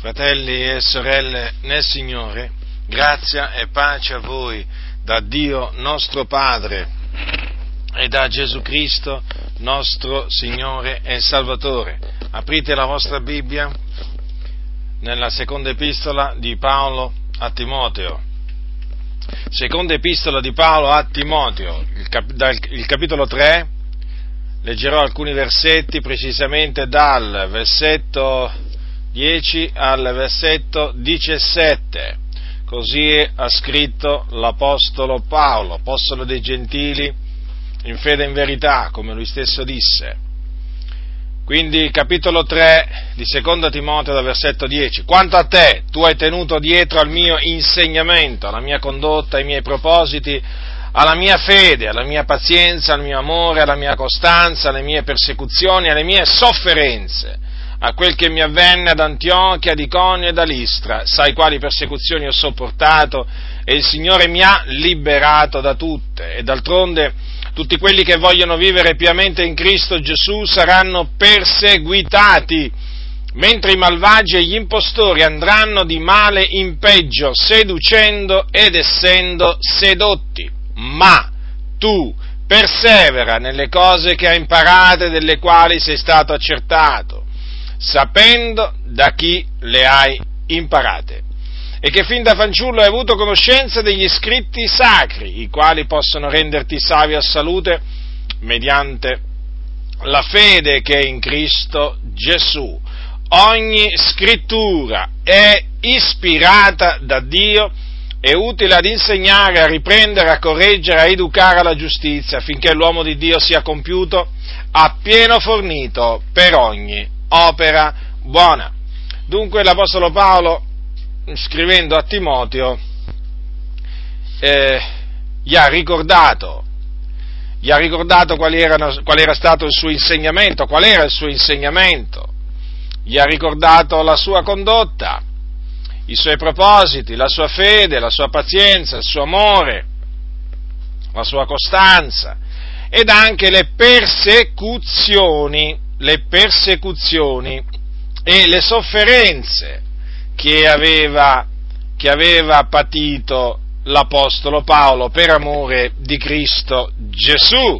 Fratelli e sorelle nel Signore, grazia e pace a voi da Dio nostro Padre e da Gesù Cristo nostro Signore e Salvatore. Aprite la vostra Bibbia nella seconda epistola di Paolo a Timoteo. Seconda epistola di Paolo a Timoteo, il capitolo 3, leggerò alcuni versetti, precisamente dal versetto 10 al versetto 17, così ha scritto l'Apostolo Paolo, Apostolo dei Gentili, in fede e in verità, come lui stesso disse. Quindi capitolo 3 di Seconda Timoteo, dal versetto 10. Quanto a te, tu hai tenuto dietro al mio insegnamento, alla mia condotta, ai miei propositi, alla mia fede, alla mia pazienza, al mio amore, alla mia costanza, alle mie persecuzioni, alle mie sofferenze, a quel che mi avvenne ad Antiochia, ad Iconio ed a Listra, sai quali persecuzioni ho sopportato, e il Signore mi ha liberato da tutte, e d'altronde tutti quelli che vogliono vivere piamente in Cristo Gesù saranno perseguitati, mentre i malvagi e gli impostori andranno di male in peggio, seducendo ed essendo sedotti. Ma tu persevera nelle cose che hai imparate, delle quali sei stato accertato, sapendo da chi le hai imparate, e che fin da fanciullo hai avuto conoscenza degli scritti sacri, i quali possono renderti savio a salute mediante la fede che è in Cristo Gesù. Ogni scrittura è ispirata da Dio, è utile ad insegnare, a riprendere, a correggere, a educare alla giustizia, affinché l'uomo di Dio sia compiuto, appieno fornito per ogni opera buona. Dunque l'Apostolo Paolo, scrivendo a Timoteo, gli ha ricordato qual era stato il suo insegnamento, qual era il suo insegnamento, gli ha ricordato la sua condotta, i suoi propositi, la sua fede, la sua pazienza, il suo amore, la sua costanza, ed anche le persecuzioni e le sofferenze che aveva patito l'Apostolo Paolo per amore di Cristo Gesù.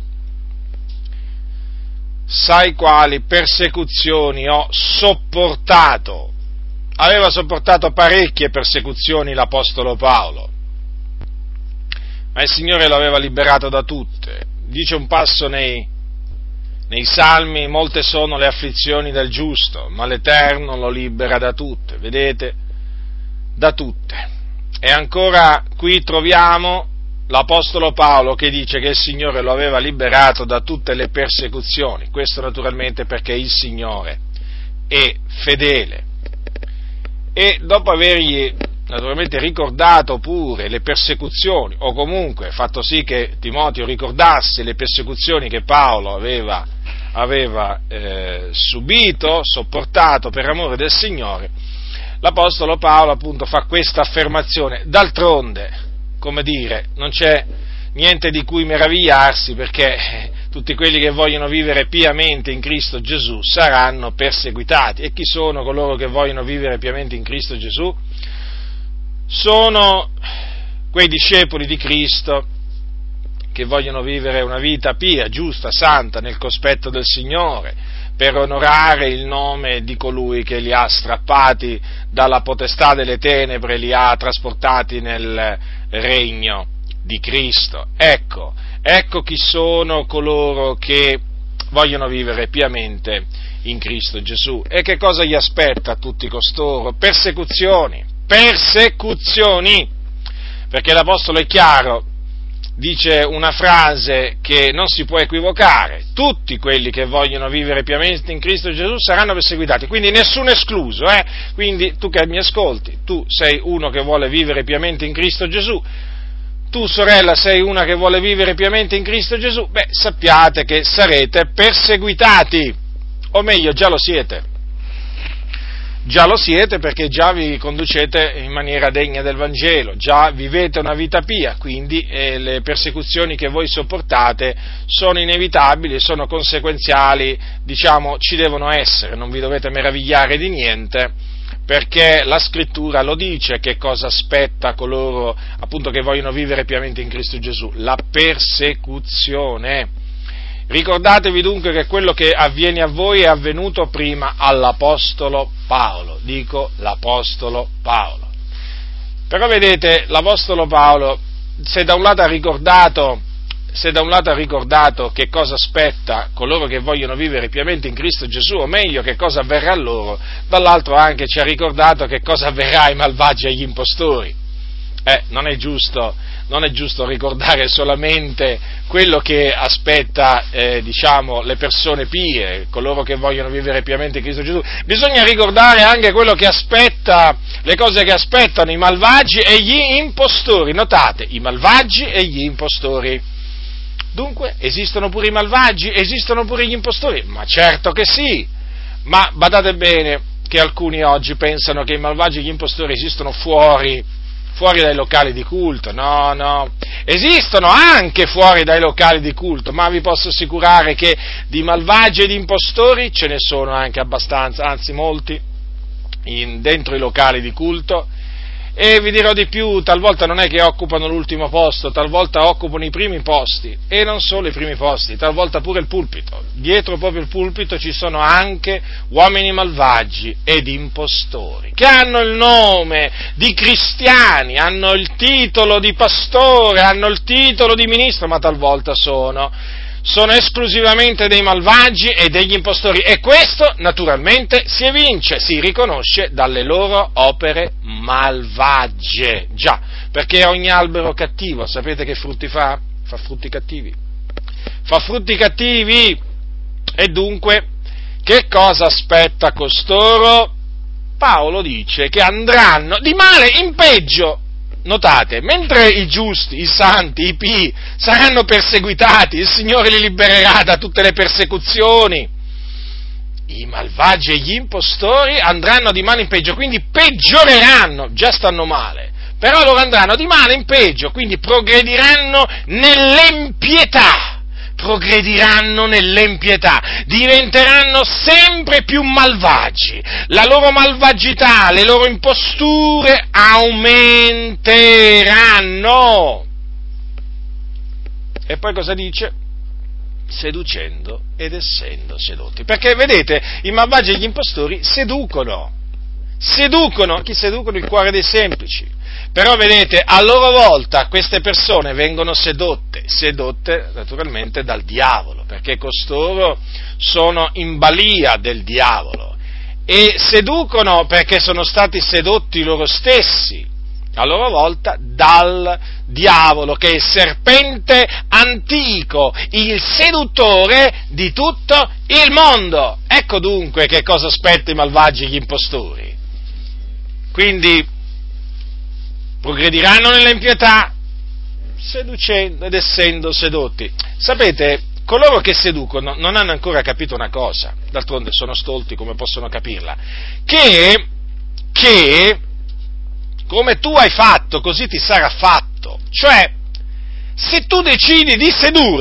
Sai quali persecuzioni ho sopportato? Aveva sopportato parecchie persecuzioni l'Apostolo Paolo, ma il Signore lo aveva liberato da tutte. Dice un passo nei Salmi: molte sono le afflizioni del giusto, ma l'Eterno lo libera da tutte. Vedete? Da tutte. E ancora qui troviamo l'Apostolo Paolo che dice che il Signore lo aveva liberato da tutte le persecuzioni. Questo naturalmente perché il Signore è fedele. E dopo avergli naturalmente ricordato pure le persecuzioni, o comunque fatto sì che Timoteo ricordasse le persecuzioni che Paolo aveva subito, sopportato per amore del Signore, l'Apostolo Paolo appunto fa questa affermazione: d'altronde, come dire, non c'è niente di cui meravigliarsi, perché tutti quelli che vogliono vivere piamente in Cristo Gesù saranno perseguitati. E chi sono coloro che vogliono vivere piamente in Cristo Gesù? Sono quei discepoli di Cristo che vogliono vivere una vita pia, giusta, santa, nel cospetto del Signore, per onorare il nome di colui che li ha strappati dalla potestà delle tenebre, li ha trasportati nel regno di Cristo. Ecco chi sono coloro che vogliono vivere piamente in Cristo Gesù. E che cosa gli aspetta a tutti costoro? Persecuzioni, perché l'Apostolo è chiaro, dice una frase che non si può equivocare: tutti quelli che vogliono vivere piamente in Cristo Gesù saranno perseguitati, quindi nessuno escluso, Quindi tu che mi ascolti, tu sei uno che vuole vivere piamente in Cristo Gesù, tu sorella sei una che vuole vivere piamente in Cristo Gesù, sappiate che sarete perseguitati, o meglio già lo siete. Già lo siete, perché già vi conducete in maniera degna del Vangelo, già vivete una vita pia, quindi le persecuzioni che voi sopportate sono inevitabili, sono conseguenziali, ci devono essere, non vi dovete meravigliare di niente, perché la Scrittura lo dice che cosa aspetta coloro appunto che vogliono vivere pienamente in Cristo Gesù, la persecuzione. Ricordatevi dunque che quello che avviene a voi è avvenuto prima all'Apostolo Paolo, dico l'Apostolo Paolo. Però vedete, l'Apostolo Paolo, se da un lato ha ricordato che cosa aspetta coloro che vogliono vivere pienamente in Cristo Gesù, o meglio, che cosa avverrà a loro, dall'altro anche ci ha ricordato che cosa avverrà ai malvagi e agli impostori. Non è giusto ricordare solamente quello che aspetta, le persone pie, coloro che vogliono vivere pienamente in Cristo Gesù. Bisogna ricordare anche quello che aspetta, le cose che aspettano i malvagi e gli impostori. Notate, i malvagi e gli impostori. Dunque, esistono pure i malvagi, esistono pure gli impostori? Ma certo che sì, ma badate bene che alcuni oggi pensano che i malvagi e gli impostori esistono fuori dai locali di culto. No, esistono anche fuori dai locali di culto, ma vi posso assicurare che di malvagi e di impostori ce ne sono anche abbastanza, anzi molti, dentro i locali di culto. E vi dirò di più, talvolta non è che occupano l'ultimo posto, talvolta occupano i primi posti, e non solo i primi posti, talvolta pure il pulpito. Dietro proprio il pulpito ci sono anche uomini malvagi ed impostori, che hanno il nome di cristiani, hanno il titolo di pastore, hanno il titolo di ministro, ma talvolta sono esclusivamente dei malvagi e degli impostori, e questo naturalmente si evince, si riconosce dalle loro opere malvagie. Già, perché ogni albero cattivo, sapete che frutti fa? Fa frutti cattivi. Fa frutti cattivi, e dunque che cosa aspetta costoro? Paolo dice che andranno di male in peggio. Notate, mentre i giusti, i santi, i pii saranno perseguitati, il Signore li libererà da tutte le persecuzioni, i malvagi e gli impostori andranno di male in peggio, quindi peggioreranno, già stanno male, però loro andranno di male in peggio, quindi progrediranno nell'impietà, diventeranno sempre più malvagi, la loro malvagità, le loro imposture aumenteranno. E poi cosa dice? Seducendo ed essendo sedotti. Perché vedete, i malvagi e gli impostori seducono il cuore dei semplici. Però vedete, a loro volta queste persone vengono sedotte naturalmente dal diavolo, perché costoro sono in balia del diavolo, e seducono perché sono stati sedotti loro stessi, a loro volta dal diavolo, che è il serpente antico, il seduttore di tutto il mondo. Ecco dunque che cosa aspetta i malvagi e gli impostori. Quindi progrediranno nell'impietà, seducendo ed essendo sedotti. Sapete, coloro che seducono non hanno ancora capito una cosa, d'altronde sono stolti, come possono capirla, che come tu hai fatto, così ti sarà fatto. Cioè, se tu decidi di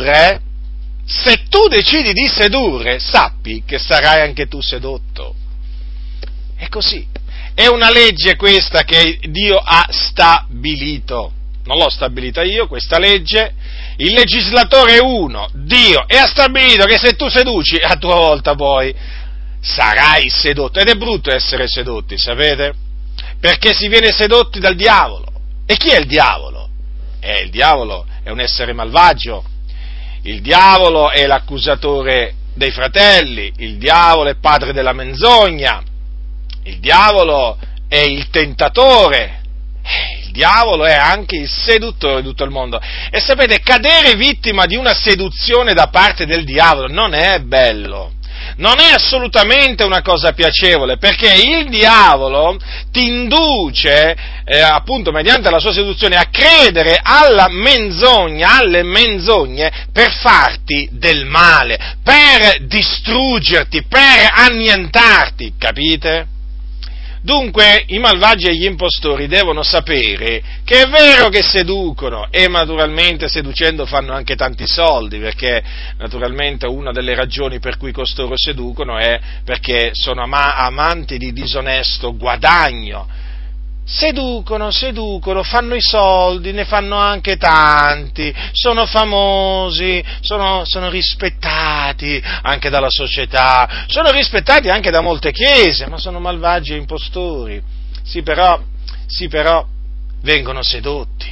sedurre, sappi che sarai anche tu sedotto. È così. È una legge questa che Dio ha stabilito. Non l'ho stabilita io, questa legge. Il legislatore è uno, Dio, e ha stabilito che se tu seduci, a tua volta poi sarai sedotto. Ed è brutto essere sedotti, sapete? Perché si viene sedotti dal diavolo. E chi è il diavolo? Il diavolo è un essere malvagio. Il diavolo è l'accusatore dei fratelli. Il diavolo è padre della menzogna. Il diavolo è il tentatore, il diavolo è anche il seduttore di tutto il mondo. E sapete, cadere vittima di una seduzione da parte del diavolo non è bello, non è assolutamente una cosa piacevole, perché il diavolo ti induce, appunto mediante la sua seduzione, a credere alla menzogna, alle menzogne, per farti del male, per distruggerti, per annientarti, capite? Dunque i malvagi e gli impostori devono sapere che è vero che seducono e naturalmente seducendo fanno anche tanti soldi, perché naturalmente una delle ragioni per cui costoro seducono è perché sono amanti di disonesto guadagno. Seducono, fanno i soldi, ne fanno anche tanti, sono famosi, sono rispettati anche dalla società, sono rispettati anche da molte chiese, ma sono malvagi e impostori. Sì, però, vengono sedotti,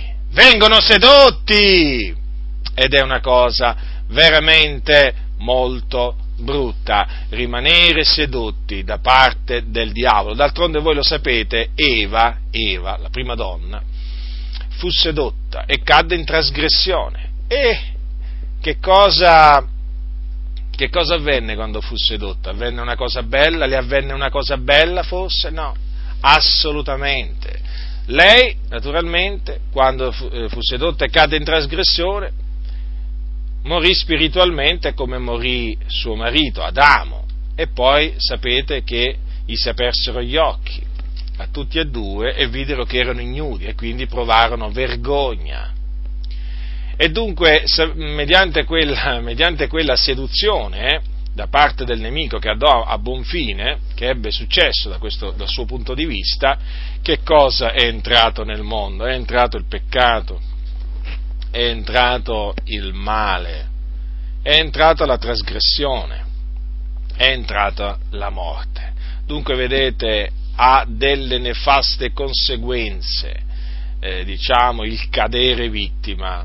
ed è una cosa veramente molto brutta, rimanere sedotti da parte del diavolo. D'altronde voi lo sapete, Eva, la prima donna, fu sedotta e cadde in trasgressione. E che cosa avvenne quando fu sedotta? Avvenne una cosa bella? Le avvenne una cosa bella forse? No, assolutamente. Lei, naturalmente, quando fu sedotta e cadde in trasgressione, morì spiritualmente come morì suo marito, Adamo, e poi sapete che gli si apersero gli occhi a tutti e due e videro che erano ignudi e quindi provarono vergogna. E dunque, mediante quella seduzione da parte del nemico che andò a buon fine, che ebbe successo dal suo punto di vista, che cosa è entrato nel mondo? È entrato il peccato, è entrato il male, è entrata la trasgressione, è entrata la morte. Dunque, vedete, ha delle nefaste conseguenze, il cadere vittima,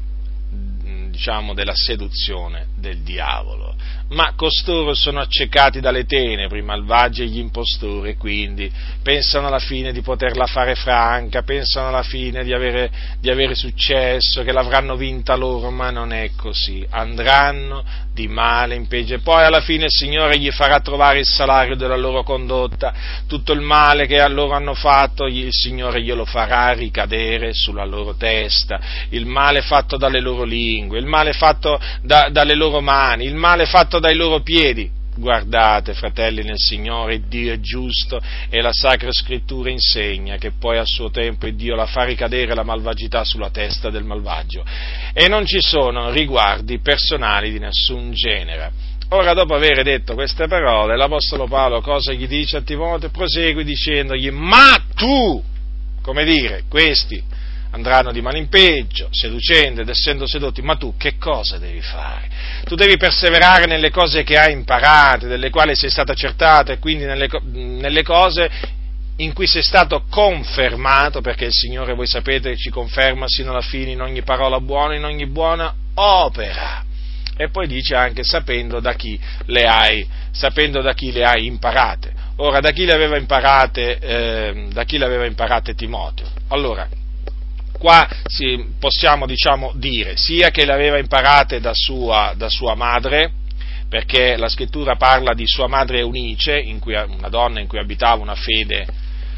della seduzione del diavolo. Ma costoro sono accecati dalle tenebre, i malvagi e gli impostori, e quindi pensano alla fine di poterla fare franca, pensano alla fine di avere successo, che l'avranno vinta loro, ma non è così, andranno di male in peggio, e poi alla fine il Signore gli farà trovare il salario della loro condotta, tutto il male che loro hanno fatto, il Signore glielo farà ricadere sulla loro testa, il male fatto dalle loro lingue, il male fatto dalle loro mani, il male fatto dai loro piedi. Guardate, fratelli nel Signore, Dio è giusto e la Sacra Scrittura insegna che poi a suo tempo Dio la fa ricadere la malvagità sulla testa del malvagio, e non ci sono riguardi personali di nessun genere. Ora, dopo aver detto queste parole, l'Apostolo Paolo cosa gli dice a Timoteo? Prosegue dicendogli: ma tu, come dire, questi andranno di male in peggio, seducendo ed essendo sedotti, ma tu che cosa devi fare? Tu devi perseverare nelle cose che hai imparate, delle quali sei stato accertato, e quindi nelle cose in cui sei stato confermato, perché il Signore, voi sapete, ci conferma sino alla fine in ogni parola buona, in ogni buona opera. E poi dice anche sapendo da chi le hai imparate. Ora, da chi le aveva imparate Timoteo? Allora, qua possiamo dire sia che le aveva imparate da sua madre, perché la Scrittura parla di sua madre Eunice, una donna in cui abitava una fede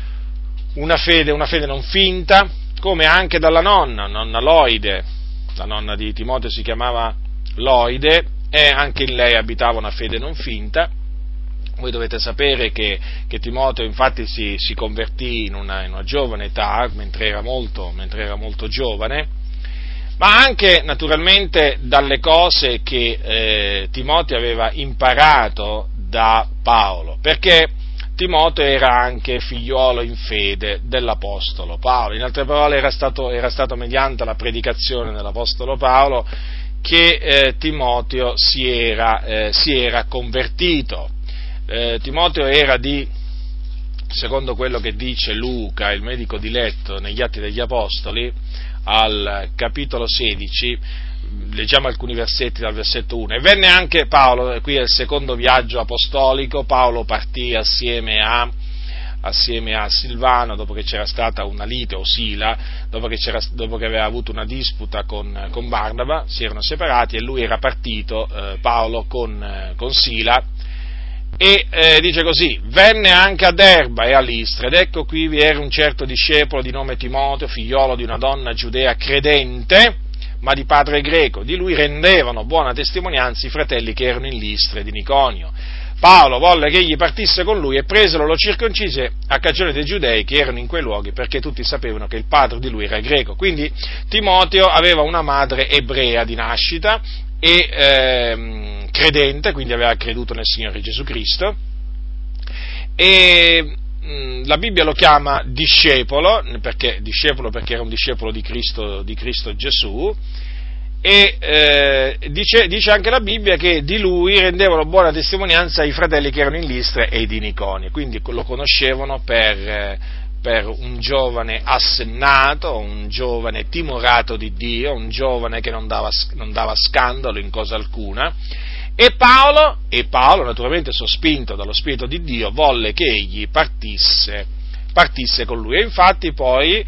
non finta, come anche dalla nonna Loide. La nonna di Timoteo si chiamava Loide e anche in lei abitava una fede non finta. Voi dovete sapere che Timoteo infatti si convertì in una giovane età, mentre era molto giovane, ma anche naturalmente dalle cose che Timoteo aveva imparato da Paolo, perché Timoteo era anche figliuolo in fede dell'Apostolo Paolo. In altre parole, era stato mediante la predicazione dell'Apostolo Paolo che Timoteo si era convertito. Timoteo era secondo quello che dice Luca, il medico diletto, negli Atti degli Apostoli, al capitolo 16, leggiamo alcuni versetti dal versetto 1. E venne anche Paolo, qui è il secondo viaggio apostolico, Paolo partì assieme a Silvano, dopo che c'era stata una lite, o Sila, dopo che aveva avuto una disputa con Barnaba, si erano separati e lui era partito, Paolo, con Sila. E dice così: venne anche a Derba e a Listra, ed ecco qui vi era un certo discepolo di nome Timoteo, figliolo di una donna giudea credente, ma di padre greco. Di lui rendevano buona testimonianza i fratelli che erano in Listra ed in Iconio. Paolo volle che egli partisse con lui e preselo lo circoncise a cagione dei giudei che erano in quei luoghi, perché tutti sapevano che il padre di lui era greco. Quindi Timoteo aveva una madre ebrea di nascita e credente, quindi aveva creduto nel Signore Gesù Cristo, e la Bibbia lo chiama discepolo perché era un discepolo di Cristo Gesù, e dice anche la Bibbia che di lui rendevano buona testimonianza i fratelli che erano in Listra e in Iconia, quindi lo conoscevano per un giovane assennato, un giovane timorato di Dio, un giovane che non dava scandalo in cosa alcuna. E Paolo, naturalmente sospinto dallo Spirito di Dio, volle che egli partisse con lui, e infatti poi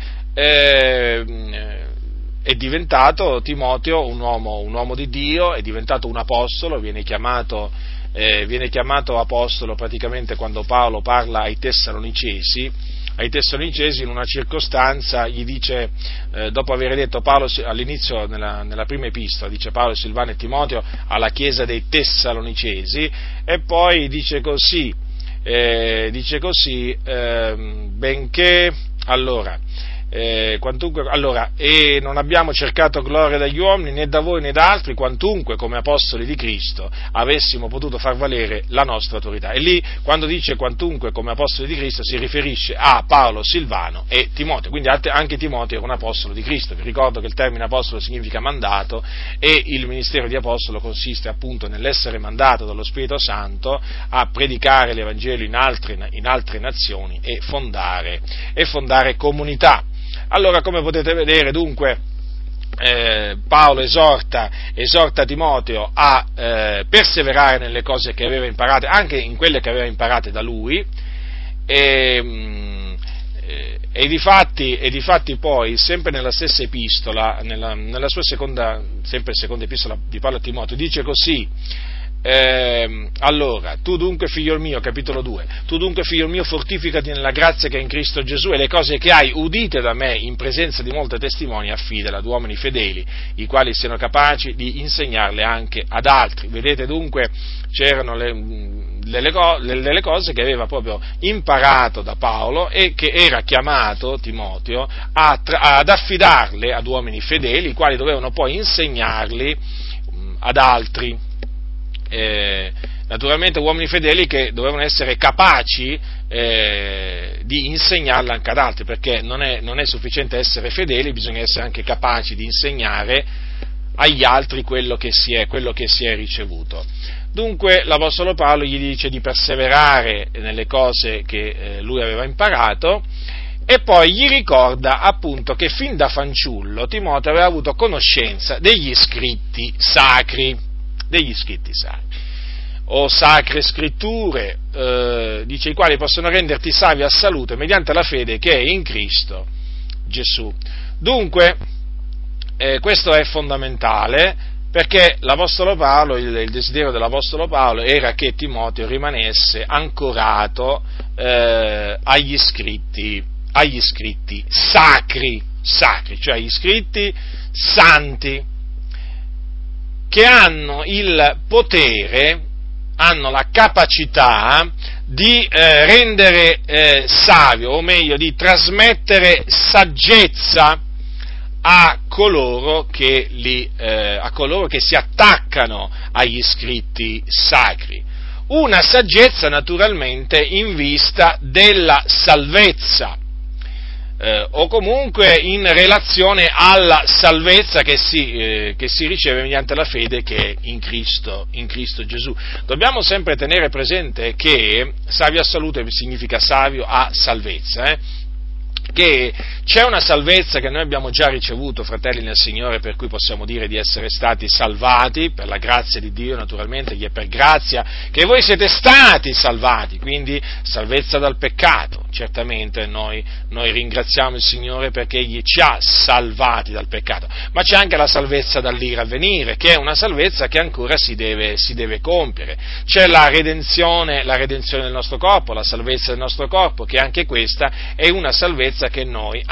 è diventato Timoteo un uomo di Dio, è diventato un apostolo, viene chiamato apostolo praticamente quando Paolo parla ai Tessalonicesi, in una circostanza gli dice, dopo aver detto Paolo all'inizio, nella prima epistola, dice Paolo, Silvano e Timoteo alla chiesa dei Tessalonicesi, e poi dice così, benché, e non abbiamo cercato gloria dagli uomini, né da voi né da altri, quantunque come apostoli di Cristo avessimo potuto far valere la nostra autorità. E lì, quando dice quantunque come apostoli di Cristo, si riferisce a Paolo, Silvano e Timoteo, quindi anche Timoteo era un apostolo di Cristo. Vi ricordo che il termine apostolo significa mandato, e il ministero di apostolo consiste appunto nell'essere mandato dallo Spirito Santo a predicare l'Evangelo in altre nazioni e fondare comunità. Allora, come potete vedere, dunque, Paolo esorta Timoteo a perseverare nelle cose che aveva imparate, anche in quelle che aveva imparate da lui, e difatti poi, sempre nella stessa epistola, nella sua seconda epistola di Paolo a Timoteo, dice così: allora, tu dunque, figlio mio, capitolo 2, tu dunque, figlio mio, fortificati nella grazia che è in Cristo Gesù, e le cose che hai udite da me in presenza di molte testimoni affidale ad uomini fedeli, i quali siano capaci di insegnarle anche ad altri. Vedete dunque, c'erano delle cose che aveva proprio imparato da Paolo e che era chiamato Timoteo ad affidarle ad uomini fedeli, i quali dovevano poi insegnarli ad altri. Naturalmente uomini fedeli che dovevano essere capaci di insegnarla anche ad altri, perché non è sufficiente essere fedeli, bisogna essere anche capaci di insegnare agli altri quello che si è ricevuto. Dunque l'Apostolo Paolo gli dice di perseverare nelle cose che lui aveva imparato, e poi gli ricorda appunto che fin da fanciullo Timoteo aveva avuto conoscenza degli scritti sacri, o sacre scritture, dice, i quali possono renderti savio a salute mediante la fede che è in Cristo Gesù. Dunque, questo è fondamentale, perché l'Apostolo Paolo, il desiderio dell'Apostolo Paolo era che Timoteo rimanesse ancorato agli scritti sacri, cioè agli scritti santi, che hanno il potere, hanno la capacità di rendere savio, o meglio, di trasmettere saggezza a coloro che si attaccano agli scritti sacri. Una saggezza naturalmente in vista della salvezza, o comunque in relazione alla salvezza che si riceve mediante la fede che è in Cristo Gesù. Dobbiamo sempre tenere presente che savio a salute significa savio a salvezza, che c'è una salvezza che noi abbiamo già ricevuto, fratelli nel Signore, per cui possiamo dire di essere stati salvati, per la grazia di Dio naturalmente, che è per grazia che voi siete stati salvati, quindi salvezza dal peccato. Certamente noi ringraziamo il Signore perché Egli ci ha salvati dal peccato, ma c'è anche la salvezza dall'ira a venire, che è una salvezza che ancora si deve compiere. C'è la redenzione del nostro corpo, la salvezza del nostro corpo, che anche questa è una salvezza che noi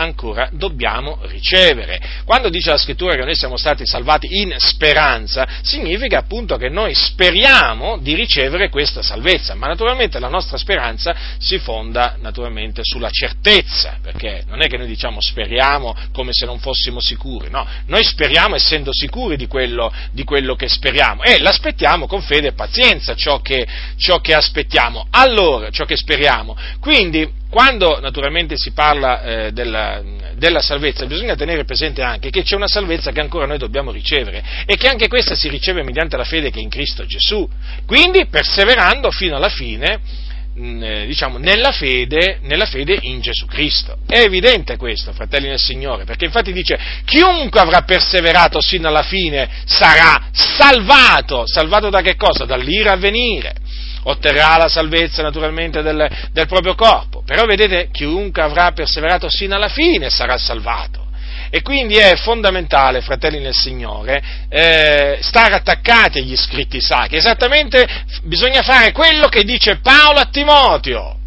ancora dobbiamo ricevere. Quando dice la Scrittura che noi siamo stati salvati in speranza, significa appunto che noi speriamo di ricevere questa salvezza, ma naturalmente la nostra speranza si fonda naturalmente sulla certezza, perché non è che noi diciamo speriamo come se non fossimo sicuri, no, noi speriamo essendo sicuri di quello che speriamo e l'aspettiamo con fede e pazienza ciò che aspettiamo, allora ciò che speriamo. Quindi quando naturalmente si parla della salvezza, bisogna tenere presente anche che c'è una salvezza che ancora noi dobbiamo ricevere e che anche questa si riceve mediante la fede che è in Cristo Gesù, quindi perseverando fino alla fine, nella fede in Gesù Cristo. È evidente questo, fratelli nel Signore, perché infatti dice: chiunque avrà perseverato sino alla fine sarà salvato da che cosa? Dall'ira a venire. Otterrà la salvezza naturalmente del proprio corpo, però vedete, chiunque avrà perseverato sino alla fine sarà salvato. E quindi è fondamentale, fratelli nel Signore, stare attaccati agli scritti sacri. Esattamente bisogna fare quello che dice Paolo a Timoteo.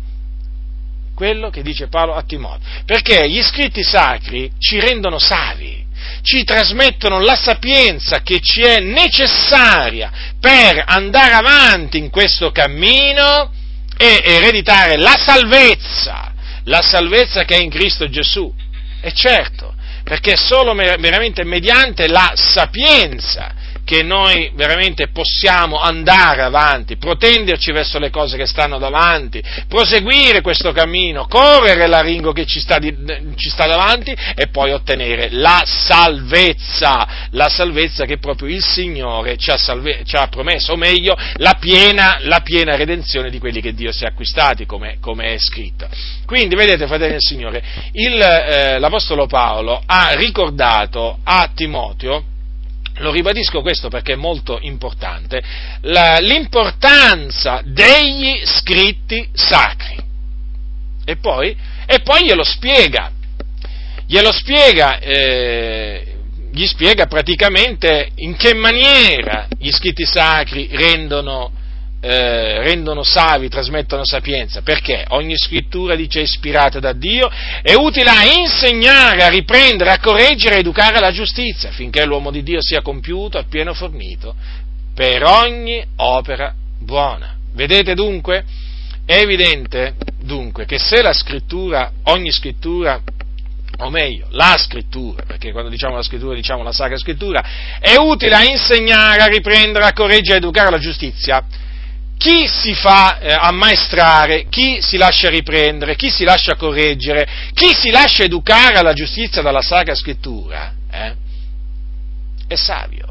Perché gli scritti sacri ci rendono savi, ci trasmettono la sapienza che ci è necessaria per andare avanti in questo cammino e ereditare la salvezza che è in Cristo Gesù. E certo, perché è solo veramente mediante la sapienza che noi veramente possiamo andare avanti, protenderci verso le cose che stanno davanti, proseguire questo cammino, correre l'aringo che ci sta davanti e poi ottenere la salvezza che proprio il Signore ci ha promesso, o meglio, la piena redenzione di quelli che Dio si è acquistati, come è scritto. Quindi, vedete, fratelli del Signore, l'Apostolo Paolo ha ricordato a Timoteo, lo ribadisco questo perché è molto importante, l'importanza degli scritti sacri. E poi gli spiega praticamente in che maniera gli scritti sacri rendono savi, trasmettono sapienza, perché ogni scrittura, dice, è ispirata da Dio, è utile a insegnare, a riprendere, a correggere, a educare alla giustizia, affinché l'uomo di Dio sia compiuto, appieno fornito per ogni opera buona. Vedete dunque? È evidente dunque che se la scrittura, ogni scrittura, o meglio, la scrittura, perché quando diciamo la scrittura diciamo la Sacra Scrittura, è utile a insegnare, a riprendere, a correggere, a educare alla giustizia, chi si fa ammaestrare, chi si lascia riprendere, chi si lascia correggere, chi si lascia educare alla giustizia dalla Sacra Scrittura, è savio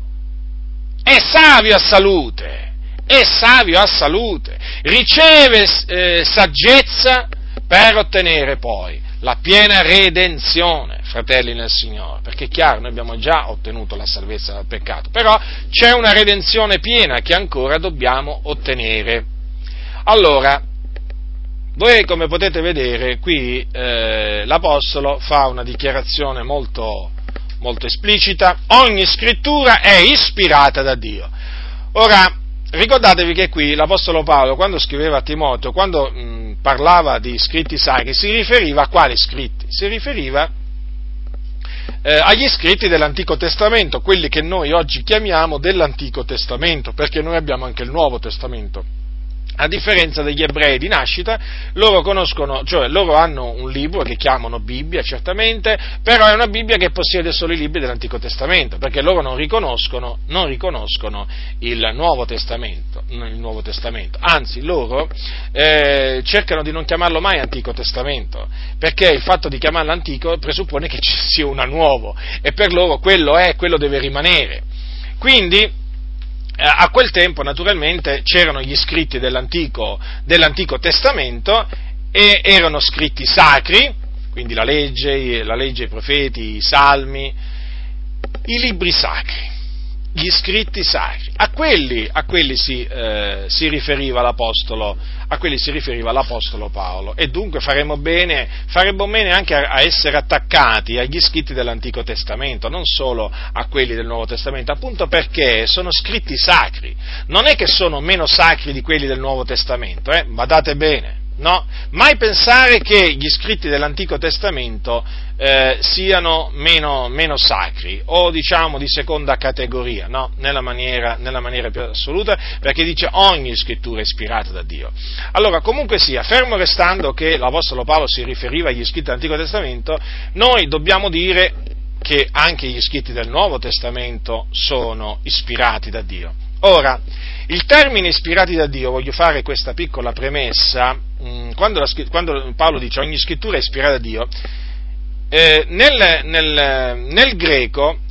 a salute, riceve saggezza per ottenere poi la piena redenzione, fratelli nel Signore, perché è chiaro, noi abbiamo già ottenuto la salvezza dal peccato, però c'è una redenzione piena che ancora dobbiamo ottenere. Allora, voi come potete vedere qui l'Apostolo fa una dichiarazione molto, molto esplicita: ogni scrittura è ispirata da Dio. Ora, ricordatevi che qui l'Apostolo Paolo, quando scriveva a Timoteo, quando parlava di scritti sacri, si riferiva a quali scritti? Si riferiva agli scritti dell'Antico Testamento, quelli che noi oggi chiamiamo dell'Antico Testamento, perché noi abbiamo anche il Nuovo Testamento. A differenza degli ebrei di nascita, loro hanno un libro che chiamano Bibbia, certamente, però è una Bibbia che possiede solo i libri dell'Antico Testamento, perché loro non riconoscono il Nuovo Testamento, anzi loro cercano di non chiamarlo mai Antico Testamento, perché il fatto di chiamarlo antico presuppone che ci sia una nuovo, e per loro quello deve rimanere. Quindi, a quel tempo naturalmente c'erano gli scritti dell'Antico Testamento e erano scritti sacri, quindi la legge, i profeti, i salmi, i libri sacri, gli scritti sacri. A quelli si riferiva l'Apostolo Paolo, e dunque faremmo bene anche a essere attaccati agli scritti dell'Antico Testamento, non solo a quelli del Nuovo Testamento, appunto perché sono scritti sacri, non è che sono meno sacri di quelli del Nuovo Testamento, badate bene, No, mai pensare che gli scritti dell'Antico Testamento siano meno sacri o diciamo di seconda categoria, no? Nella maniera più assoluta, perché dice ogni scrittura è ispirata da Dio. Allora, comunque sia, fermo restando che l'Apostolo Paolo si riferiva agli scritti dell'Antico Testamento, noi dobbiamo dire che anche gli scritti del Nuovo Testamento sono ispirati da Dio. Ora, il termine ispirati da Dio, voglio fare questa piccola premessa, quando Paolo dice ogni scrittura è ispirata da Dio, nel greco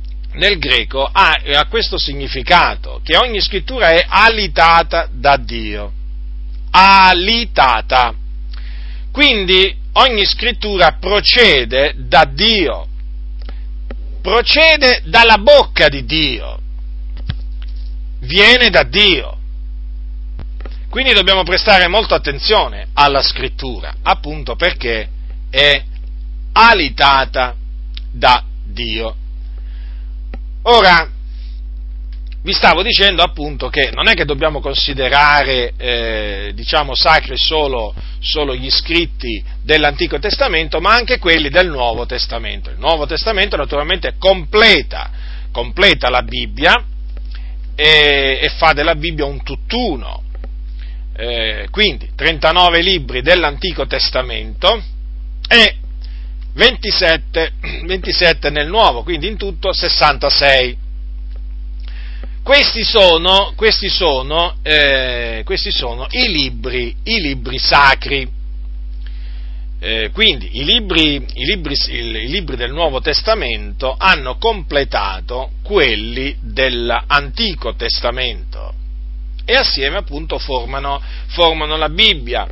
ha questo significato, che ogni scrittura è alitata da Dio, alitata, quindi ogni scrittura procede da Dio, procede dalla bocca di Dio, viene da Dio. Quindi dobbiamo prestare molta attenzione alla scrittura, appunto perché è alitata da Dio. Ora, vi stavo dicendo appunto che non è che dobbiamo considerare, sacri solo gli scritti dell'Antico Testamento, ma anche quelli del Nuovo Testamento. Il Nuovo Testamento naturalmente completa la Bibbia e fa della Bibbia un tutt'uno. Quindi 39 libri dell'Antico Testamento e 27 nel Nuovo, quindi in tutto 66. Questi sono i libri sacri. Quindi i libri del Nuovo Testamento hanno completato quelli dell'Antico Testamento e assieme appunto formano la Bibbia,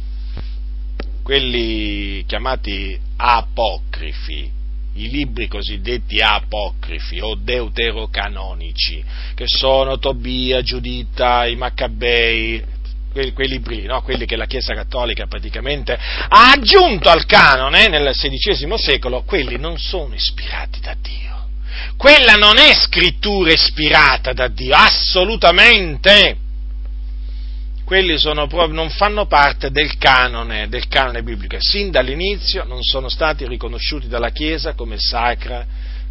quelli chiamati apocrifi, i libri cosiddetti apocrifi o deuterocanonici, che sono Tobia, Giuditta, i Maccabei, quei libri, no? Quelli che la Chiesa Cattolica praticamente ha aggiunto al canone nel XVI secolo, quelli non sono ispirati da Dio. Quella non è scrittura ispirata da Dio, assolutamente. Quelli non fanno parte del canone biblico, e sin dall'inizio non sono stati riconosciuti dalla Chiesa come sacra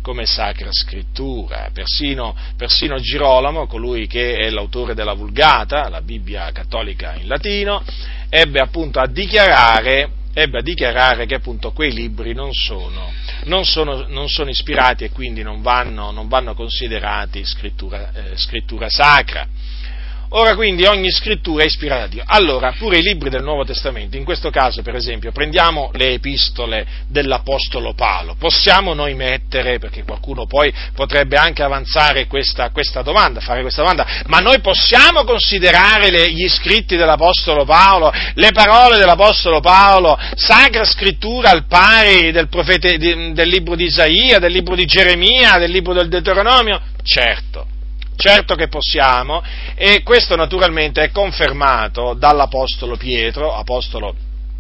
scrittura. Persino Girolamo, colui che è l'autore della Vulgata, la Bibbia cattolica in latino, ebbe a dichiarare che appunto quei libri non sono ispirati e quindi non vanno considerati scrittura sacra. Ora quindi ogni scrittura è ispirata da Dio. Allora, pure i libri del Nuovo Testamento, in questo caso per esempio, prendiamo le epistole dell'Apostolo Paolo, possiamo noi mettere, perché qualcuno poi potrebbe anche avanzare fare questa domanda, ma noi possiamo considerare gli scritti dell'Apostolo Paolo, le parole dell'Apostolo Paolo, sacra scrittura al pari del del libro di Isaia, del libro di Geremia, del libro del Deuteronomio? Certo che possiamo, e questo naturalmente è confermato dall'Apostolo Pietro, apostolo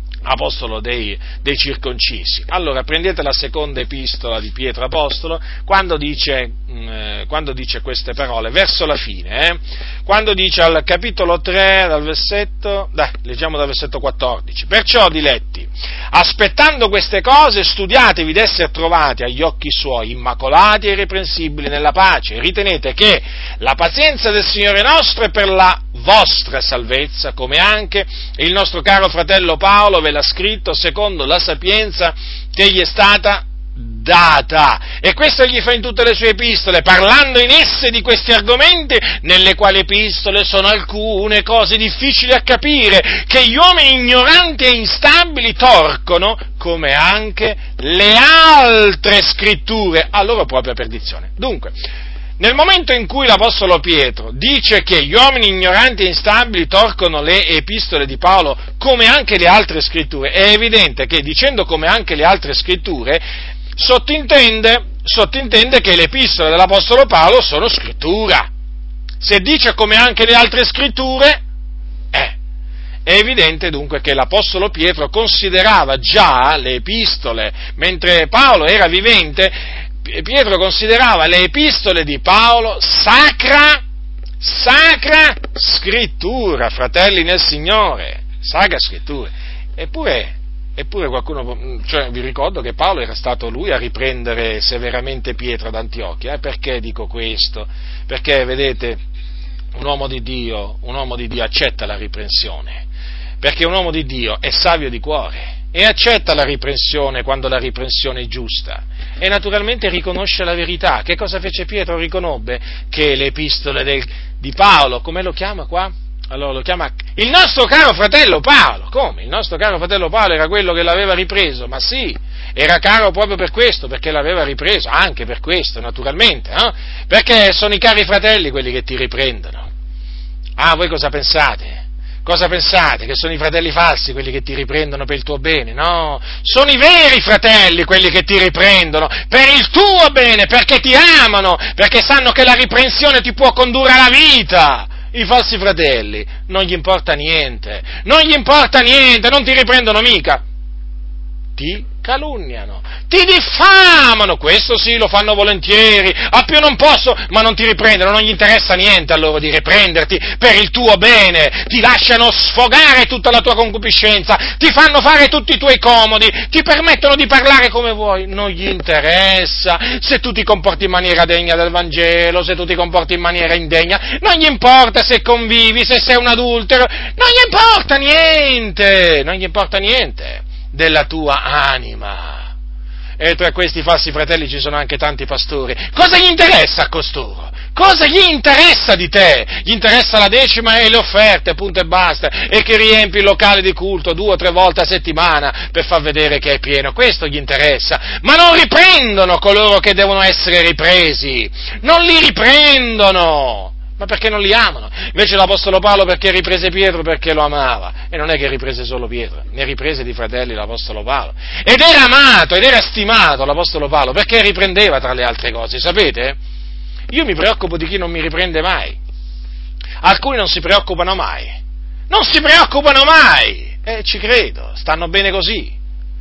dei circoncisi. Allora, prendete la seconda epistola di Pietro Apostolo, quando dice queste parole, verso la fine, quando dice al capitolo 3, leggiamo dal versetto 14, perciò diletti, aspettando queste cose, studiatevi d'essere trovati agli occhi suoi immacolati e irreprensibili nella pace, ritenete che la pazienza del Signore nostro è per la vostra salvezza, come anche il nostro caro fratello Paolo ve l'ha scritto secondo la sapienza che gli è stata data, e questo egli fa in tutte le sue epistole, parlando in esse di questi argomenti, nelle quali epistole sono alcune cose difficili a capire, che gli uomini ignoranti e instabili torcono, come anche le altre scritture, a loro propria perdizione. Dunque, nel momento in cui l'Apostolo Pietro dice che gli uomini ignoranti e instabili torcono le epistole di Paolo come anche le altre scritture, è evidente che dicendo come anche le altre scritture sottintende che le epistole dell'Apostolo Paolo sono scrittura. Se dice come anche le altre scritture, è evidente dunque che l'Apostolo Pietro considerava già le epistole, mentre Paolo era vivente, Pietro considerava le epistole di Paolo sacra scrittura, fratelli nel Signore, Sacra Scrittura. Eppure qualcuno, cioè vi ricordo che Paolo era stato lui a riprendere severamente Pietro ad Antiochia. Perché dico questo? Perché vedete, un uomo di Dio accetta la riprensione, perché un uomo di Dio è savio di cuore e accetta la riprensione quando la riprensione è giusta e naturalmente riconosce la verità. Che cosa fece Pietro? Riconobbe che le epistole di Paolo, come lo chiama qua? Allora lo chiama il nostro caro fratello Paolo. Come? Il nostro caro fratello Paolo era quello che l'aveva ripreso? Ma sì, era caro proprio per questo, perché l'aveva ripreso, anche per questo, naturalmente, perché sono i cari fratelli quelli che ti riprendono. Ah, voi cosa pensate? Cosa pensate? Che sono i fratelli falsi quelli che ti riprendono per il tuo bene? No, sono i veri fratelli quelli che ti riprendono per il tuo bene, perché ti amano, perché sanno che la riprensione ti può condurre alla vita. I falsi fratelli non gli importa niente, non ti riprendono mica, ti calunniano, ti diffamano, questo sì, lo fanno volentieri, a più non posso, ma non ti riprendono, non gli interessa niente a loro di riprenderti per il tuo bene, ti lasciano sfogare tutta la tua concupiscenza, ti fanno fare tutti i tuoi comodi, ti permettono di parlare come vuoi, non gli interessa se tu ti comporti in maniera degna del Vangelo, se tu ti comporti in maniera indegna, non gli importa se convivi, se sei un adultero, non gli importa niente della tua anima. E tra questi falsi fratelli ci sono anche tanti pastori. Cosa gli interessa a costoro? Cosa gli interessa di te? Gli interessa la decima e le offerte, punto e basta, e che riempi il locale di culto 2 o 3 volte a settimana per far vedere che è pieno. Questo gli interessa, ma non riprendono coloro che devono essere ripresi, non li riprendono. Ma perché non li amano? Invece l'Apostolo Paolo perché riprese Pietro? Perché lo amava. E non è che riprese solo Pietro, ne riprese di fratelli l'Apostolo Paolo. Ed era amato, ed era stimato l'Apostolo Paolo, perché riprendeva tra le altre cose, sapete? Io mi preoccupo di chi non mi riprende mai. Alcuni non si preoccupano mai. Ci credo, stanno bene così,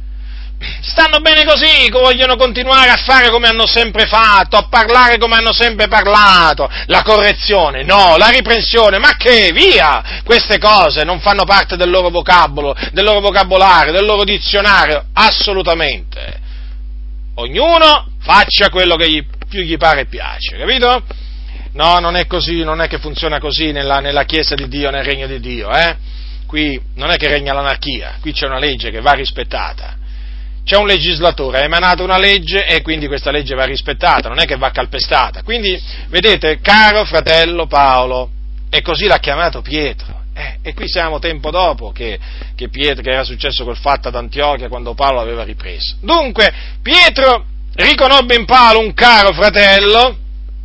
vogliono continuare a fare come hanno sempre fatto, a parlare come hanno sempre parlato, la correzione, no, la riprensione, ma che, via, queste cose non fanno parte del loro vocabolo, del loro vocabolario, del loro dizionario, assolutamente, ognuno faccia quello che più gli pare e piace, capito? No, non è così, non è che funziona così nella Chiesa di Dio, nel Regno di Dio, qui non è che regna l'anarchia, qui c'è una legge che va rispettata. C'è un legislatore, ha emanato una legge e quindi questa legge va rispettata, non è che va calpestata. Quindi, vedete, caro fratello Paolo, e così l'ha chiamato Pietro. E qui siamo tempo dopo che era successo quel fatto ad Antiochia quando Paolo aveva ripreso. Dunque, Pietro riconobbe in Paolo un caro fratello,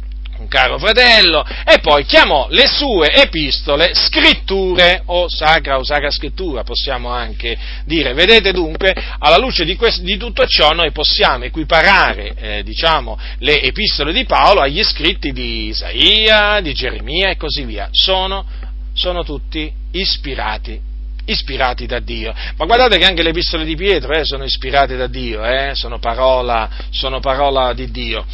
e poi chiamò le sue epistole scritture, o sacra scrittura, possiamo anche dire. Vedete dunque, alla luce di tutto ciò noi possiamo equiparare, le epistole di Paolo agli scritti di Isaia, di Geremia e così via. Sono tutti ispirati da Dio. Ma guardate che anche le epistole di Pietro sono ispirate da Dio, sono parola di Dio.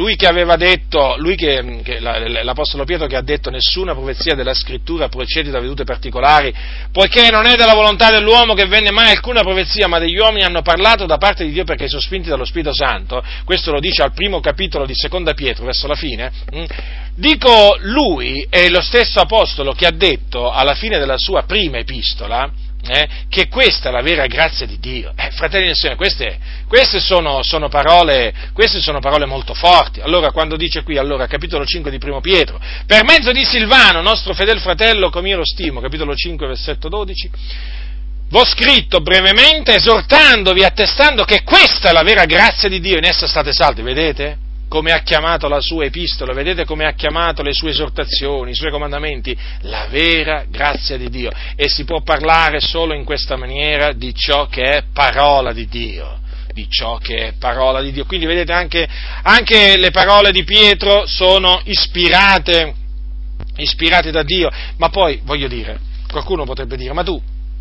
L'Apostolo Pietro che ha detto nessuna profezia della Scrittura procede da vedute particolari, poiché non è della volontà dell'uomo che venne mai alcuna profezia, ma degli uomini hanno parlato da parte di Dio perché sono spinti dallo Spirito Santo. Questo lo dice al primo capitolo di Seconda Pietro, verso la fine. Dico, lui è lo stesso apostolo che ha detto alla fine della sua prima epistola che questa è la vera grazia di Dio. Fratelli del Signore, queste sono parole molto forti. Allora, quando dice qui, capitolo 5 di Primo Pietro, per mezzo di Silvano, nostro fedel fratello, com'io lo stimo, capitolo 5, versetto 12, v'ho scritto brevemente esortandovi, attestando che questa è la vera grazia di Dio, in essa state saldi, vedete? Come ha chiamato la sua epistola, vedete come ha chiamato le sue esortazioni, i suoi comandamenti, la vera grazia di Dio. E si può parlare solo in questa maniera di ciò che è parola di Dio, Quindi vedete anche le parole di Pietro sono ispirate da Dio. Ma poi, voglio dire, qualcuno potrebbe dire, ma tu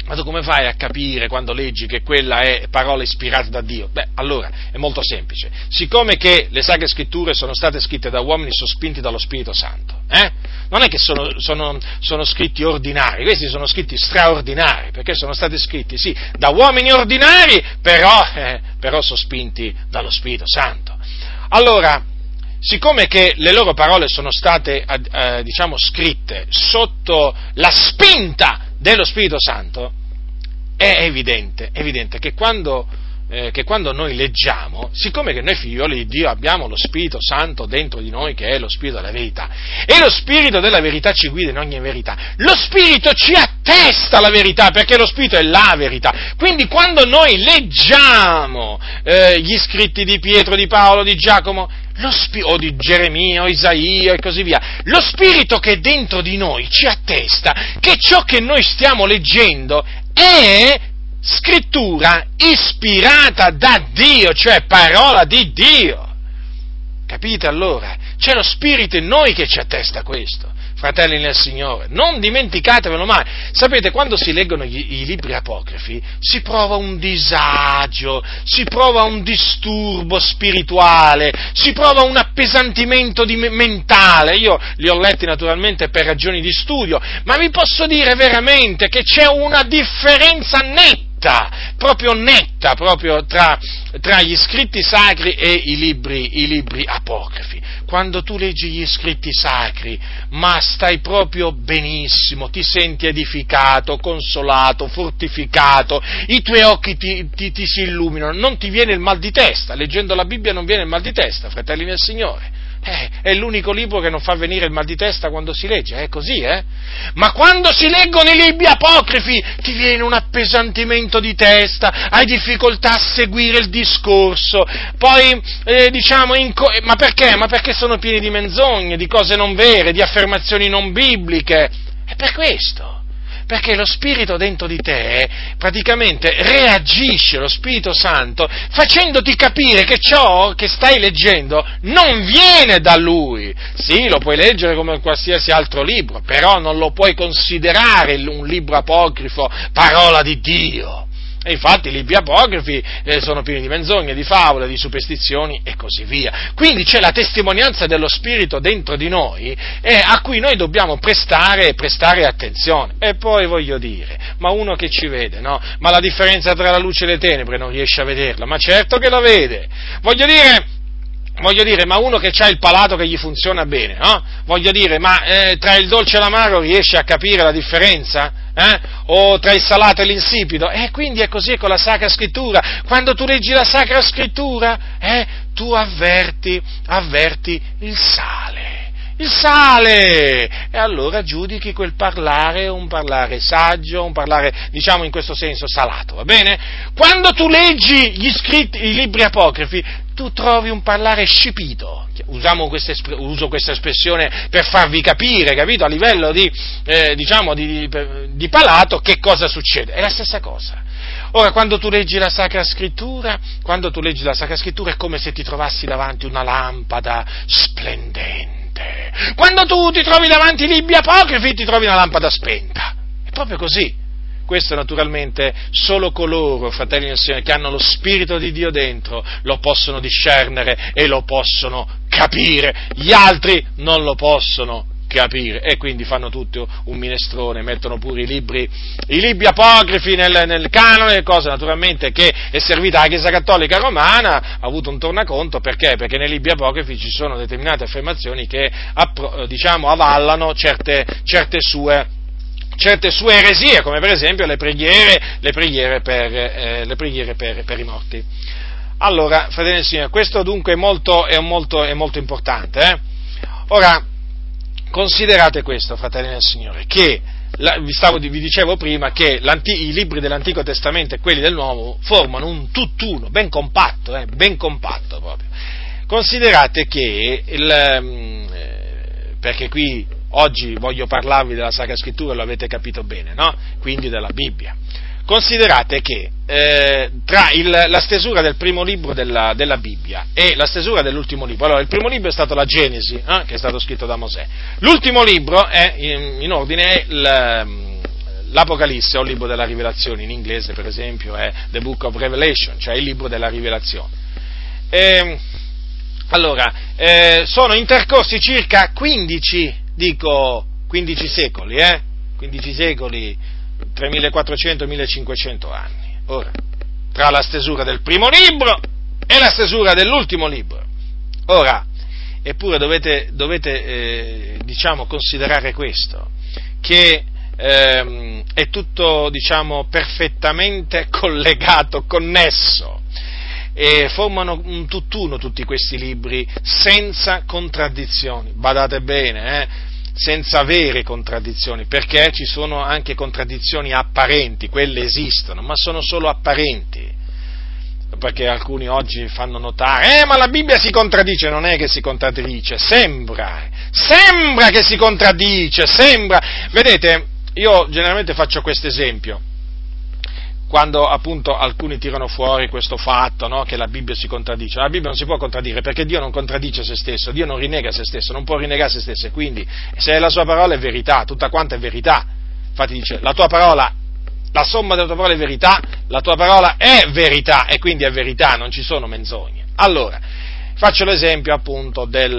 Ma tu come fai a capire quando leggi che quella è parola ispirata da Dio? Beh, allora, è molto semplice. Siccome che le Sacre Scritture sono state scritte da uomini sospinti dallo Spirito Santo, non è che sono scritti ordinari, questi sono scritti straordinari, perché sono stati scritti, sì, da uomini ordinari, però sospinti dallo Spirito Santo. Allora, siccome che le loro parole sono state, scritte sotto la spinta dello Spirito Santo, è evidente che quando noi leggiamo, siccome che noi figlioli di Dio abbiamo lo Spirito Santo dentro di noi, che è lo Spirito della verità, e lo Spirito della verità ci guida in ogni verità, lo Spirito ci attesta la verità, perché lo Spirito è la verità. Quindi quando noi leggiamo gli scritti di Pietro, di Paolo, di Giacomo, o di Geremia, o Isaia e così via, lo Spirito che è dentro di noi ci attesta che ciò che noi stiamo leggendo è scrittura ispirata da Dio, cioè parola di Dio. Capite allora? C'è lo Spirito in noi che ci attesta questo. Fratelli nel Signore, non dimenticatevelo mai. Sapete, quando si leggono i libri apocrifi si prova un disagio, si prova un disturbo spirituale, si prova un appesantimento mentale. Io li ho letti naturalmente per ragioni di studio, ma vi posso dire veramente che c'è una differenza netta tra gli scritti sacri e i libri apocrifi. Quando tu leggi gli scritti sacri, ma stai proprio benissimo, ti senti edificato, consolato, fortificato, i tuoi occhi ti si illuminano, non ti viene il mal di testa, leggendo la Bibbia non viene il mal di testa, fratelli nel Signore. È l'unico libro che non fa venire il mal di testa quando si legge, è così, Ma quando si leggono i libri apocrifi ti viene un appesantimento di testa, hai difficoltà a seguire il discorso, poi ma perché? Ma perché sono pieni di menzogne, di cose non vere, di affermazioni non bibliche? È per questo. Perché lo Spirito dentro di te praticamente reagisce, lo Spirito Santo, facendoti capire che ciò che stai leggendo non viene da Lui. Sì, lo puoi leggere come qualsiasi altro libro, però non lo puoi considerare un libro apocrifo, parola di Dio. E infatti i libri apocrifi sono pieni di menzogne, di favole, di superstizioni e così via. Quindi c'è la testimonianza dello Spirito dentro di noi a cui noi dobbiamo prestare attenzione. E poi voglio dire, ma uno che ci vede, no? Ma la differenza tra la luce e le tenebre non riesce a vederla? Ma certo che la vede! Voglio dire, ma uno che ha il palato che gli funziona bene, no? Voglio dire, ma tra il dolce e l'amaro riesce a capire la differenza? O tra il salato e l'insipido? Quindi è così con la Sacra Scrittura. Quando tu leggi la Sacra Scrittura, tu avverti il sale, e allora giudichi quel parlare un parlare saggio, un parlare, diciamo in questo senso, salato, va bene? Quando tu leggi i libri apocrifi, tu trovi un parlare scipito, uso questa espressione per farvi capire, capito? A livello di palato, che cosa succede? È la stessa cosa. Ora, quando tu leggi la Sacra Scrittura è come se ti trovassi davanti una lampada splendente. Quando tu ti trovi davanti i libri apocrifi, ti trovi una lampada spenta. È proprio così. Questo naturalmente solo coloro, fratelli del Signore, che hanno lo Spirito di Dio dentro, lo possono discernere e lo possono capire. Gli altri non lo possono capire, e quindi fanno tutto un minestrone, mettono pure i libri apocrifi nel canone, cosa naturalmente che è servita alla Chiesa Cattolica Romana, ha avuto un tornaconto. Perché? Perché nei libri apocrifi ci sono determinate affermazioni che avallano certe sue eresie, come per esempio le preghiere per i morti. Allora, fratelli del Signore, questo dunque è molto importante. Ora, considerate questo, fratelli del Signore, che vi dicevo prima che i libri dell'Antico Testamento e quelli del Nuovo formano un tutt'uno, ben compatto proprio. Considerate che perché qui oggi voglio parlarvi della Sacra Scrittura, lo avete capito bene, no? Quindi della Bibbia. Considerate che tra la stesura del primo libro della Bibbia e la stesura dell'ultimo libro, allora il primo libro è stato la Genesi, che è stato scritto da Mosè. L'ultimo libro è in ordine la l'Apocalisse è un libro della rivelazione, in inglese per esempio è The Book of Revelation, cioè il libro della rivelazione. Sono intercorsi circa 15 secoli, 15 secoli, 3400-1500 anni. Ora, tra la stesura del primo libro e la stesura dell'ultimo libro. Ora, eppure dovete considerare questo, che è tutto, perfettamente collegato, connesso, e formano un tutt'uno tutti questi libri, senza contraddizioni, badate bene, senza vere contraddizioni, perché ci sono anche contraddizioni apparenti, quelle esistono, ma sono solo apparenti, perché alcuni oggi fanno notare, ma la Bibbia si contraddice, non è che si contraddice, sembra che si contraddice, vedete, io generalmente faccio questo esempio, quando appunto alcuni tirano fuori questo fatto, no, che la Bibbia si contraddice. La Bibbia non si può contraddire, perché Dio non contraddice se stesso, Dio non rinnega se stesso, non può rinnegare se stesso, e quindi se la sua parola è verità, tutta quanta è verità. Infatti dice, la tua parola, la somma della tua parola è verità, la tua parola è verità, e quindi è verità, non ci sono menzogne. Allora, faccio l'esempio appunto del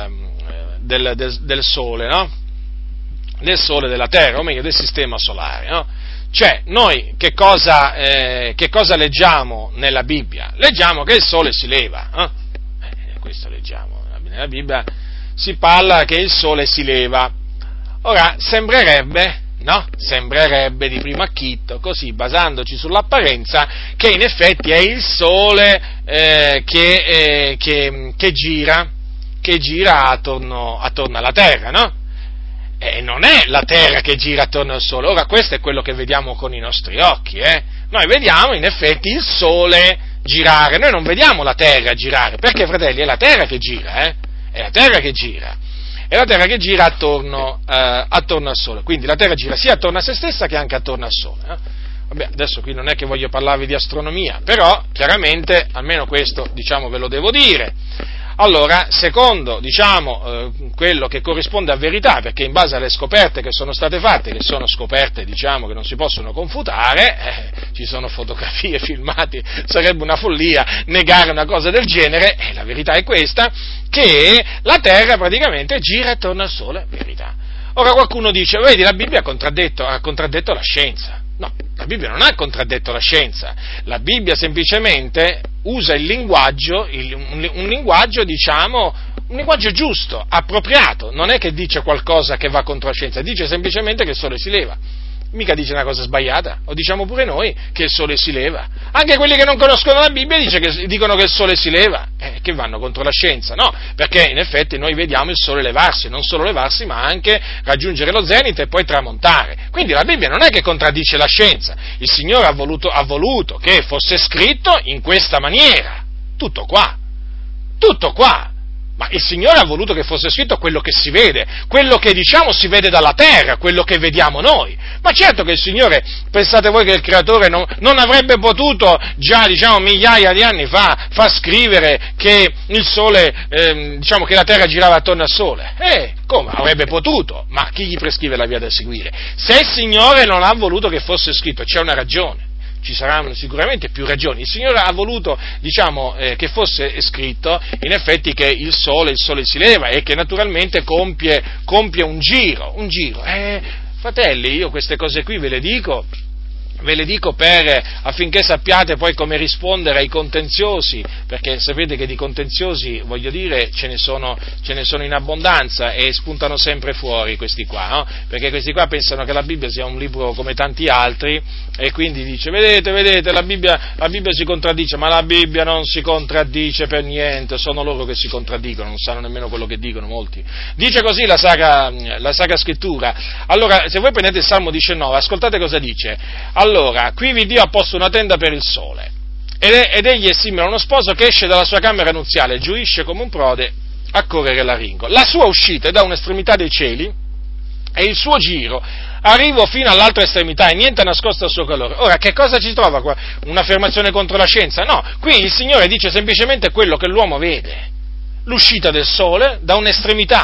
Sole, no? Del Sole, della Terra, o meglio del Sistema Solare, no? Cioè, noi che cosa leggiamo nella Bibbia? Leggiamo che il Sole si leva, questo leggiamo, nella Bibbia si parla che il Sole si leva. Ora, sembrerebbe di primo acchito, così, basandoci sull'apparenza, che in effetti è il Sole che gira attorno alla Terra, no? E non è la Terra che gira attorno al Sole. Ora, questo è quello che vediamo con i nostri occhi, Noi vediamo in effetti il Sole girare, noi non vediamo la Terra girare, perché, fratelli, è la Terra che gira, È la Terra che gira. È la Terra che gira attorno al Sole. Quindi la Terra gira sia attorno a se stessa che anche attorno al Sole. Vabbè, adesso qui non è che voglio parlarvi di astronomia, però chiaramente almeno questo, ve lo devo dire. Allora, secondo, quello che corrisponde a verità, perché in base alle scoperte che sono state fatte, che sono scoperte, che non si possono confutare, ci sono fotografie, filmati, sarebbe una follia negare una cosa del genere, e la verità è questa, che la Terra praticamente gira attorno al Sole, verità. Ora qualcuno dice, vedi, la Bibbia ha contraddetto la scienza. No, la Bibbia non ha contraddetto la scienza, la Bibbia semplicemente usa il linguaggio, un linguaggio giusto, appropriato, non è che dice qualcosa che va contro la scienza, dice semplicemente che il Sole si leva. Mica dice una cosa sbagliata, o diciamo pure noi che il Sole si leva. Anche quelli che non conoscono la Bibbia dicono che il Sole si leva, che vanno contro la scienza, no? Perché in effetti noi vediamo il Sole levarsi, non solo levarsi, ma anche raggiungere lo zenit e poi tramontare. Quindi la Bibbia non è che contraddice la scienza, il Signore ha voluto che fosse scritto in questa maniera, tutto qua. Ma il Signore ha voluto che fosse scritto quello che si vede, quello che si vede dalla terra, quello che vediamo noi. Ma certo che il Signore, pensate voi che il Creatore non avrebbe potuto già, migliaia di anni fa, far scrivere che il Sole, che la terra girava attorno al Sole? Come? Avrebbe potuto, ma chi gli prescrive la via da seguire? Se il Signore non ha voluto che fosse scritto, c'è una ragione. Ci saranno sicuramente più ragioni. Il Signore ha voluto, che fosse scritto, in effetti, che il sole si leva e che naturalmente compie un giro. Fratelli, io queste cose qui ve le dico affinché sappiate poi come rispondere ai contenziosi, perché sapete che di contenziosi, voglio dire, ce ne sono in abbondanza e spuntano sempre fuori questi qua, no? Perché questi qua pensano che la Bibbia sia un libro come tanti altri e quindi dice, vedete, la Bibbia si contraddice, ma la Bibbia non si contraddice per niente, sono loro che si contraddicono, non sanno nemmeno quello che dicono molti. Dice così la Sacra Scrittura. Allora, se voi prendete il Salmo 19, ascoltate cosa dice. Allora, qui Dio ha posto una tenda per il sole, ed egli è simile a uno sposo che esce dalla sua camera nuziale e giuisce come un prode a correre l'aringo. La sua uscita è da un'estremità dei cieli e il suo giro arriva fino all'altra estremità e niente è nascosto al suo calore. Ora, che cosa ci trova qua? Un'affermazione contro la scienza? No, qui il Signore dice semplicemente quello che l'uomo vede, l'uscita del sole da un'estremità.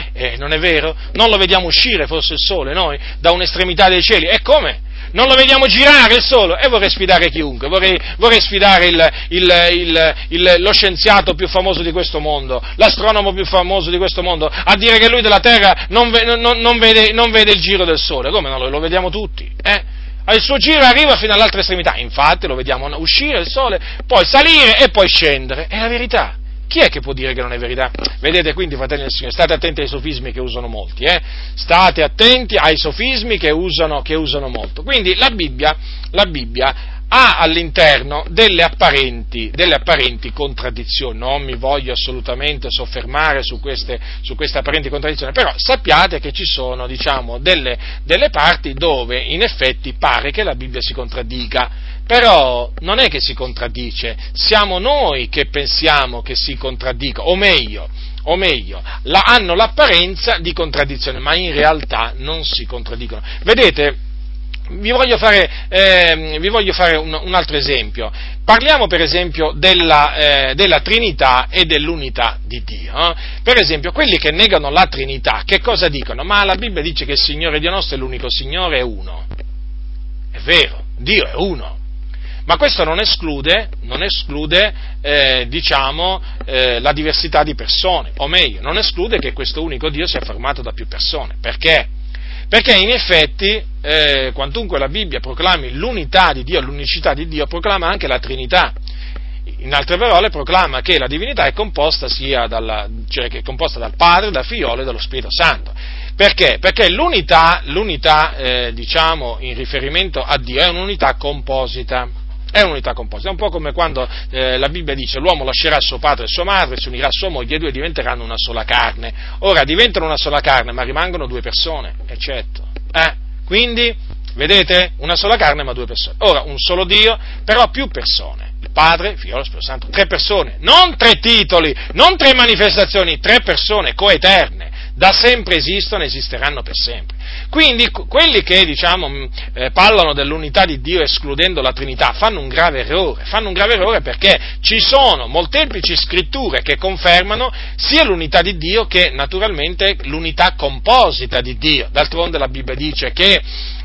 Non è vero? Non lo vediamo uscire forse il sole noi da un'estremità dei cieli? E come? Non lo vediamo girare il sole? E vorrei sfidare chiunque, vorrei sfidare lo scienziato più famoso di questo mondo, l'astronomo più famoso di questo mondo, a dire che lui della Terra non vede il giro del sole. Come no? Lo vediamo tutti, Il suo giro arriva fino all'altra estremità, infatti lo vediamo uscire il sole, poi salire e poi scendere, è la verità. Chi è che può dire che non è verità? Vedete, quindi, fratelli del Signore, state attenti ai sofismi che usano molti, State attenti ai sofismi che usano molto. Quindi la Bibbia ha all'interno delle apparenti contraddizioni. Non mi voglio assolutamente soffermare su queste apparenti contraddizioni, però sappiate che ci sono, delle parti dove in effetti pare che la Bibbia si contraddica. Però non è che si contraddice, siamo noi che pensiamo che si contraddica, o meglio, hanno l'apparenza di contraddizione, ma in realtà non si contraddicono. Vedete, vi voglio fare un altro esempio. Parliamo per esempio della Trinità e dell'unità di Dio. Per esempio, quelli che negano la Trinità, che cosa dicono? Ma la Bibbia dice che il Signore Dio nostro è l'unico Signore, è uno. È vero, Dio è uno. Ma questo non esclude la diversità di persone, o meglio, non esclude che questo unico Dio sia formato da più persone. Perché? Perché in effetti, quantunque la Bibbia proclami l'unità di Dio, l'unicità di Dio, proclama anche la Trinità. In altre parole, proclama che la divinità è composta dal Padre, dal Figliolo e dallo Spirito Santo. Perché? Perché l'unità, in riferimento a Dio, è un'unità composita. È un'unità composita, è un po' come quando la Bibbia dice l'uomo lascerà suo padre e sua madre, si unirà a sua moglie e due diventeranno una sola carne. Ora, diventano una sola carne, ma rimangono due persone, eccetto. Quindi, vedete, una sola carne ma due persone. Ora, un solo Dio, però più persone. Il Padre, il Figlio e lo Spirito Santo, tre persone, non tre titoli, non tre manifestazioni, tre persone coeterne. Da sempre esistono e esisteranno per sempre. Quindi quelli che parlano dell'unità di Dio escludendo la Trinità fanno un grave errore perché ci sono molteplici scritture che confermano sia l'unità di Dio che naturalmente l'unità composita di Dio. D'altronde la Bibbia dice che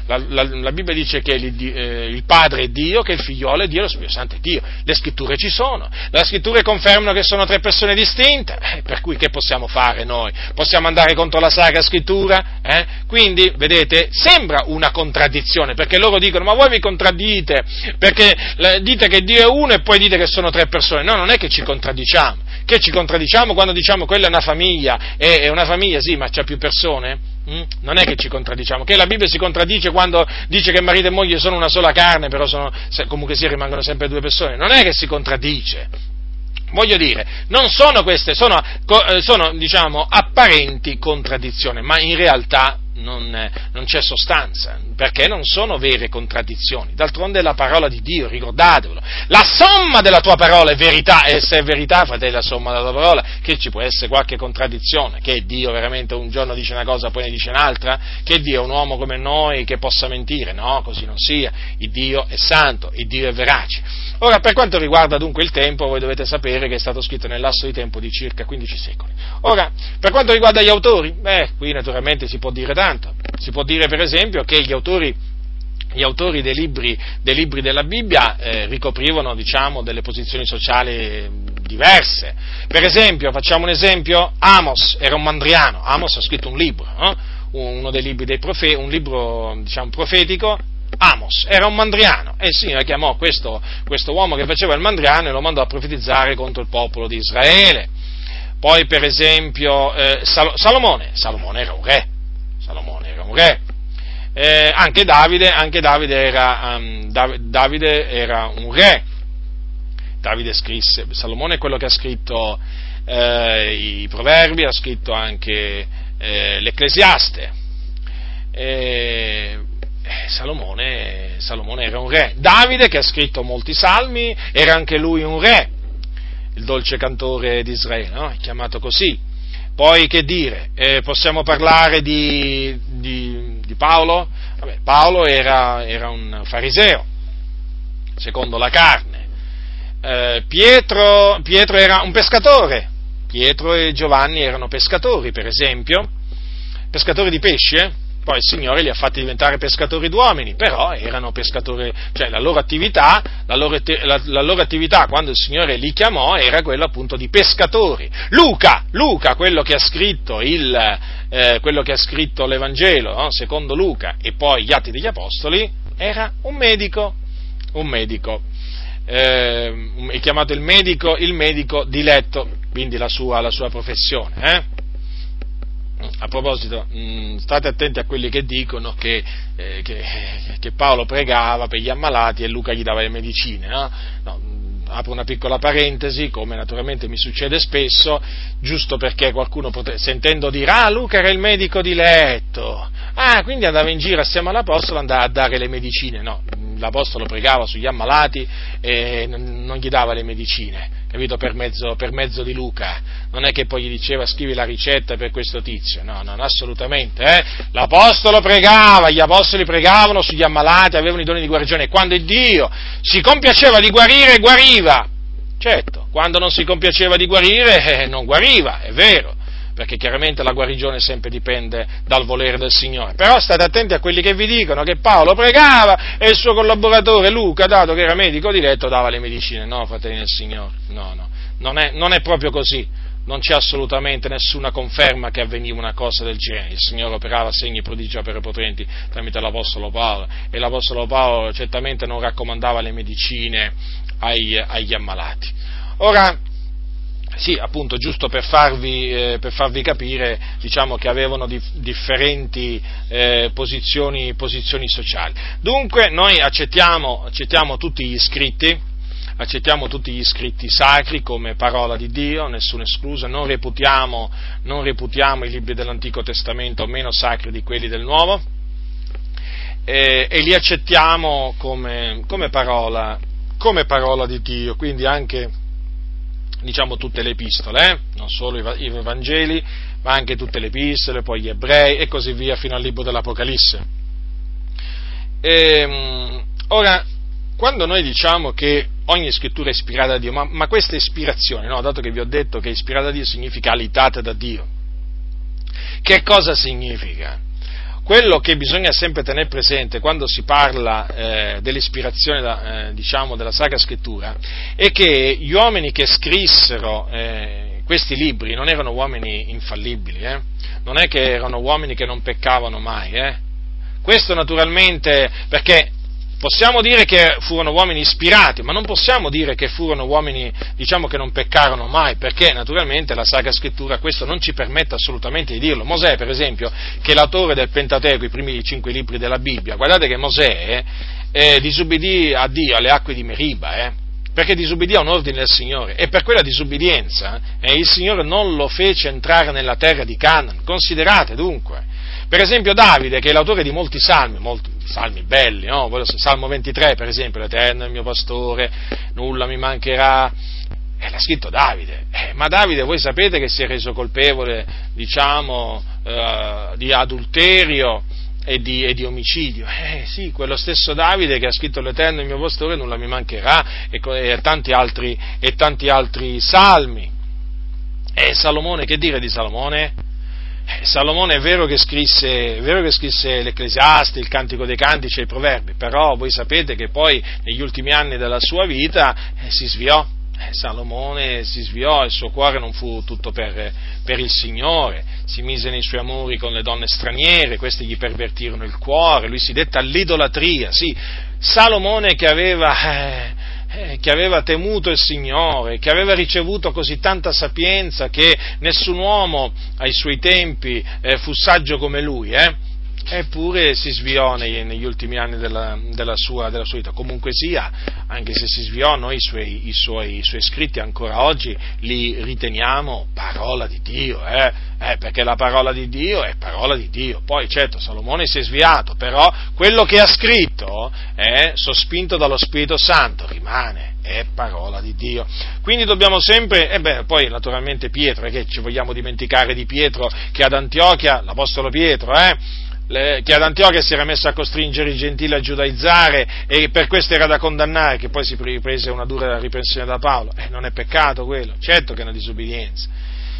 il Padre è Dio, che il Figliolo è Dio e lo Spirito Santo è Dio. Le scritture ci sono, le scritture confermano che sono tre persone distinte, per cui che possiamo fare noi? Possiamo andare contro la Sacra Scrittura? Quindi, vedete, sembra una contraddizione, perché loro dicono, ma voi vi contraddite, perché dite che Dio è uno e poi dite che sono tre persone. No, non è che ci contraddiciamo. Che ci contraddiciamo quando diciamo quella è una famiglia, è una famiglia sì, ma c'ha più persone? Non è che ci contraddiciamo, che la Bibbia si contraddice quando dice che marito e moglie sono una sola carne, però comunque rimangono sempre due persone, non è che si contraddice. Voglio dire, non sono queste, sono apparenti contraddizioni, ma in realtà non c'è sostanza, perché non sono vere contraddizioni. D'altronde è la parola di Dio, ricordatevelo. La somma della tua parola è verità, e se è verità, fratelli, la somma della tua parola, che ci può essere qualche contraddizione, che Dio veramente un giorno dice una cosa, poi ne dice un'altra, che Dio è un uomo come noi che possa mentire. No, così non sia. Il Dio è santo, il Dio è verace. Ora, per quanto riguarda dunque il tempo, voi dovete sapere che è stato scritto nel lasso di tempo di circa 15 secoli. Ora, per quanto riguarda gli autori, qui naturalmente si può dire tanto. Si può dire per esempio che gli autori dei libri della Bibbia ricoprivano, delle posizioni sociali diverse. Per esempio, facciamo un esempio, Amos era un mandriano. Amos ha scritto un libro, uno dei libri un libro profetico. Amos era un mandriano e il Signore chiamò questo uomo che faceva il mandriano e lo mandò a profetizzare contro il popolo di Israele. Poi per esempio Salomone era un re. Anche Davide era un re. Salomone è quello che ha scritto i Proverbi, ha scritto anche l'Ecclesiaste. Salomone era un re. Davide, che ha scritto molti salmi, era anche lui un re, il dolce cantore di Israele, no? È chiamato così. Poi che dire, possiamo parlare di Paolo? Vabbè, Paolo era un fariseo, secondo la carne. Pietro era un pescatore, Pietro e Giovanni erano pescatori, per esempio, pescatori di pesce. Poi il Signore li ha fatti diventare pescatori d'uomini, però erano pescatori, cioè la loro attività, quando il Signore li chiamò era quella appunto di pescatori. Luca, quello che ha scritto l'Evangelo, no? Secondo Luca, e poi gli Atti degli Apostoli, era un medico, è chiamato il medico diletto, quindi la sua professione, A proposito, state attenti a quelli che dicono che Paolo pregava per gli ammalati e Luca gli dava le medicine, no? No, apro una piccola parentesi, come naturalmente mi succede spesso, giusto perché qualcuno sentendo dire Luca era il medico diletto, quindi andava in giro assieme all'Apostolo, andava a dare le medicine. No, l'Apostolo pregava sugli ammalati e non gli dava le medicine, capito, per mezzo di Luca. Non è che poi gli diceva scrivi la ricetta per questo tizio, no, assolutamente, L'Apostolo pregava, gli Apostoli pregavano sugli ammalati, avevano i doni di guarigione, e quando Dio si compiaceva di guarire, guariva. Certo, quando non si compiaceva di guarire, non guariva, è vero, perché chiaramente la guarigione sempre dipende dal volere del Signore. Però state attenti a quelli che vi dicono che Paolo pregava e il suo collaboratore Luca, dato che era medico diletto, dava le medicine. No, fratelli del Signore, no, non è proprio così. Non c'è assolutamente nessuna conferma che avveniva una cosa del genere. Il Signore operava segni, prodigi, opere potenti tramite l'Apostolo Paolo, e l'Apostolo Paolo certamente non raccomandava le medicine agli ammalati. Ora, sì, appunto, giusto per farvi capire, diciamo che avevano differenti posizioni sociali. Dunque, noi accettiamo tutti gli scritti sacri come parola di Dio, nessuno escluso, non reputiamo i libri dell'Antico Testamento meno sacri di quelli del Nuovo, e li accettiamo come parola di Dio, quindi anche, diciamo, tutte le epistole, non solo i Vangeli, ma anche tutte le epistole, poi gli Ebrei e così via fino al libro dell'Apocalisse. Ora, quando noi diciamo che ogni scrittura è ispirata da Dio, ma questa ispirazione, no? Dato che vi ho detto che ispirata da Dio significa alitata da Dio, che cosa significa? Quello che bisogna sempre tenere presente quando si parla dell'ispirazione della Sacra Scrittura è che gli uomini che scrissero questi libri non erano uomini infallibili, non è che erano uomini che non peccavano mai, questo naturalmente, perché possiamo dire che furono uomini ispirati, ma non possiamo dire che furono uomini, diciamo, che non peccarono mai, perché naturalmente la Sacra Scrittura questo non ci permette assolutamente di dirlo. Mosè, per esempio, che è l'autore del Pentateuco, i primi 5 libri della Bibbia, guardate che Mosè disubbidì a Dio alle acque di Meriba, perché disubbidì a un ordine del Signore, e per quella disubbidienza il Signore non lo fece entrare nella terra di Canaan. Considerate dunque. Per esempio Davide, che è l'autore di molti salmi belli, no? Salmo 23 per esempio, l'Eterno è il mio pastore, nulla mi mancherà, l'ha scritto Davide, ma Davide voi sapete che si è reso colpevole, diciamo, di adulterio e di omicidio, sì, quello stesso Davide che ha scritto l'Eterno è il mio pastore, nulla mi mancherà, e tanti altri salmi. E Salomone, che dire di Salomone? Salomone è vero che scrisse l'Ecclesiaste, il Cantico dei Cantici e i Proverbi, però voi sapete che poi negli ultimi anni della sua vita si sviò. Salomone si sviò, il suo cuore non fu tutto per il Signore, si mise nei suoi amori con le donne straniere, queste gli pervertirono il cuore, lui si dette all'idolatria, sì, Salomone che aveva temuto il Signore, che aveva ricevuto così tanta sapienza che nessun uomo ai suoi tempi fu saggio come lui, eppure si sviò negli ultimi anni della sua vita. Comunque sia, anche se si sviò, noi i suoi scritti ancora oggi li riteniamo parola di Dio, perché la parola di Dio è parola di Dio. Poi certo Salomone si è sviato, però quello che ha scritto, sospinto dallo Spirito Santo, rimane, è parola di Dio. Quindi dobbiamo sempre, poi naturalmente Pietro, che ci vogliamo dimenticare di Pietro, che ad Antiochia, l'Apostolo Pietro, che ad Antiochia si era messo a costringere i gentili a giudaizzare e per questo era da condannare, che poi si prese una dura riprensione da Paolo. Non è peccato quello, certo che è una disubbidienza.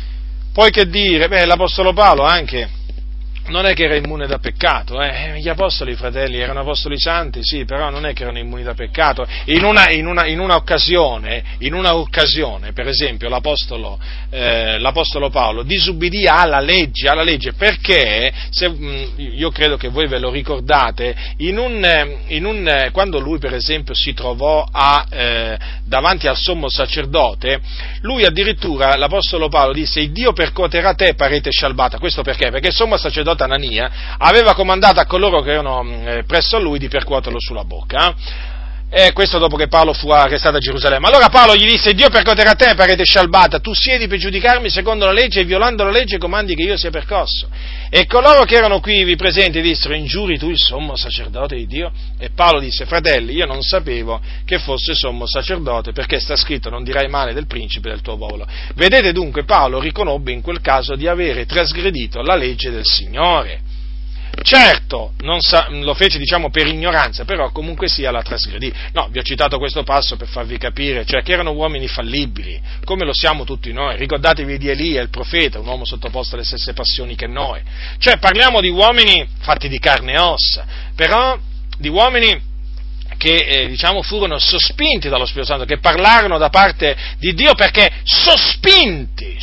Poi che dire? L'Apostolo Paolo anche non è che era immune da peccato, gli apostoli, fratelli, erano apostoli santi, sì, però non è che erano immuni da peccato. In una occasione, per esempio, l'apostolo Paolo disubbidì alla legge, perché, io credo che voi ve lo ricordate, quando lui, per esempio, si trovò davanti al sommo sacerdote, lui addirittura, l'apostolo Paolo disse: "Il Dio percuoterà te, parete scialbata". Questo perché? Perché il sommo sacerdote Anania aveva comandato a coloro che erano presso a lui di percuoterlo sulla bocca. E questo dopo che Paolo fu arrestato a Gerusalemme. Allora Paolo gli disse: "Dio percuoterà te, parete scialbata, tu siedi per giudicarmi secondo la legge e violando la legge comandi che io sia percosso". E coloro che erano qui presenti dissero: "Ingiuri tu il sommo sacerdote di Dio?". E Paolo disse: "Fratelli, io non sapevo che fosse sommo sacerdote, perché sta scritto: non dirai male del principe del tuo popolo". Vedete dunque, Paolo riconobbe in quel caso di avere trasgredito la legge del Signore. Certo, lo fece per ignoranza, però comunque sia la trasgredì. No, vi ho citato questo passo per farvi capire, che erano uomini fallibili, come lo siamo tutti noi. Ricordatevi di Elia, il profeta, un uomo sottoposto alle stesse passioni che noi. Parliamo di uomini fatti di carne e ossa, però di uomini che furono sospinti dallo Spirito Santo, che parlarono da parte di Dio perché sospinti,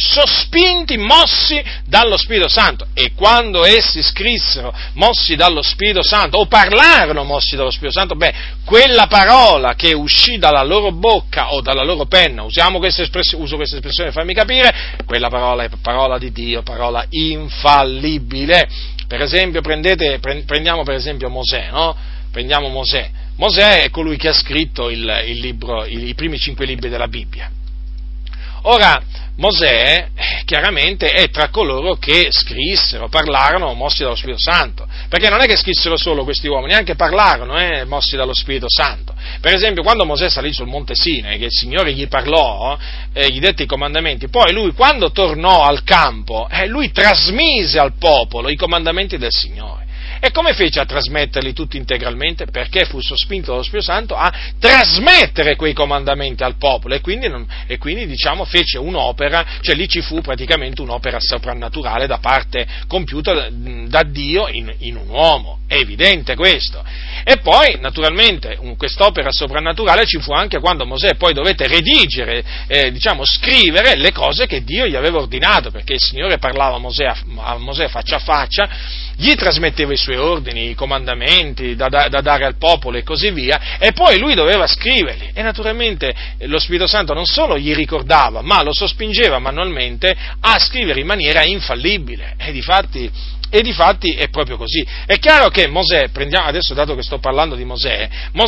mossi dallo Spirito Santo. E quando essi scrissero mossi dallo Spirito Santo, o parlarono mossi dallo Spirito Santo, quella parola che uscì dalla loro bocca o dalla loro penna, uso questa espressione per farmi capire, quella parola è parola di Dio, parola infallibile. Per esempio, prendiamo per esempio Mosè, no? Prendiamo Mosè. Mosè è colui che ha scritto i primi 5 libri della Bibbia. Ora, Mosè chiaramente è tra coloro che scrissero, parlarono mossi dallo Spirito Santo, perché non è che scrissero solo questi uomini, anche parlarono mossi dallo Spirito Santo. Per esempio, quando Mosè salì sul monte Sinai, che il Signore gli parlò, gli dette i comandamenti, poi lui, quando tornò al campo, lui trasmise al popolo i comandamenti del Signore. E come fece a trasmetterli tutti integralmente? Perché fu sospinto dallo Spirito Santo a trasmettere quei comandamenti al popolo, e quindi fece un'opera, lì ci fu praticamente un'opera soprannaturale da parte compiuta da Dio in un uomo. È evidente questo. E poi, naturalmente, quest'opera soprannaturale ci fu anche quando Mosè poi dovette redigere, scrivere le cose che Dio gli aveva ordinato, perché il Signore parlava a Mosè faccia a faccia, gli trasmetteva i suoi ordini, i comandamenti da dare al popolo e così via, e poi lui doveva scriverli. E naturalmente lo Spirito Santo non solo gli ricordava, ma lo sospingeva manualmente a scrivere in maniera infallibile. E difatti è proprio così. È chiaro che Mosè, adesso dato che sto parlando di Mosè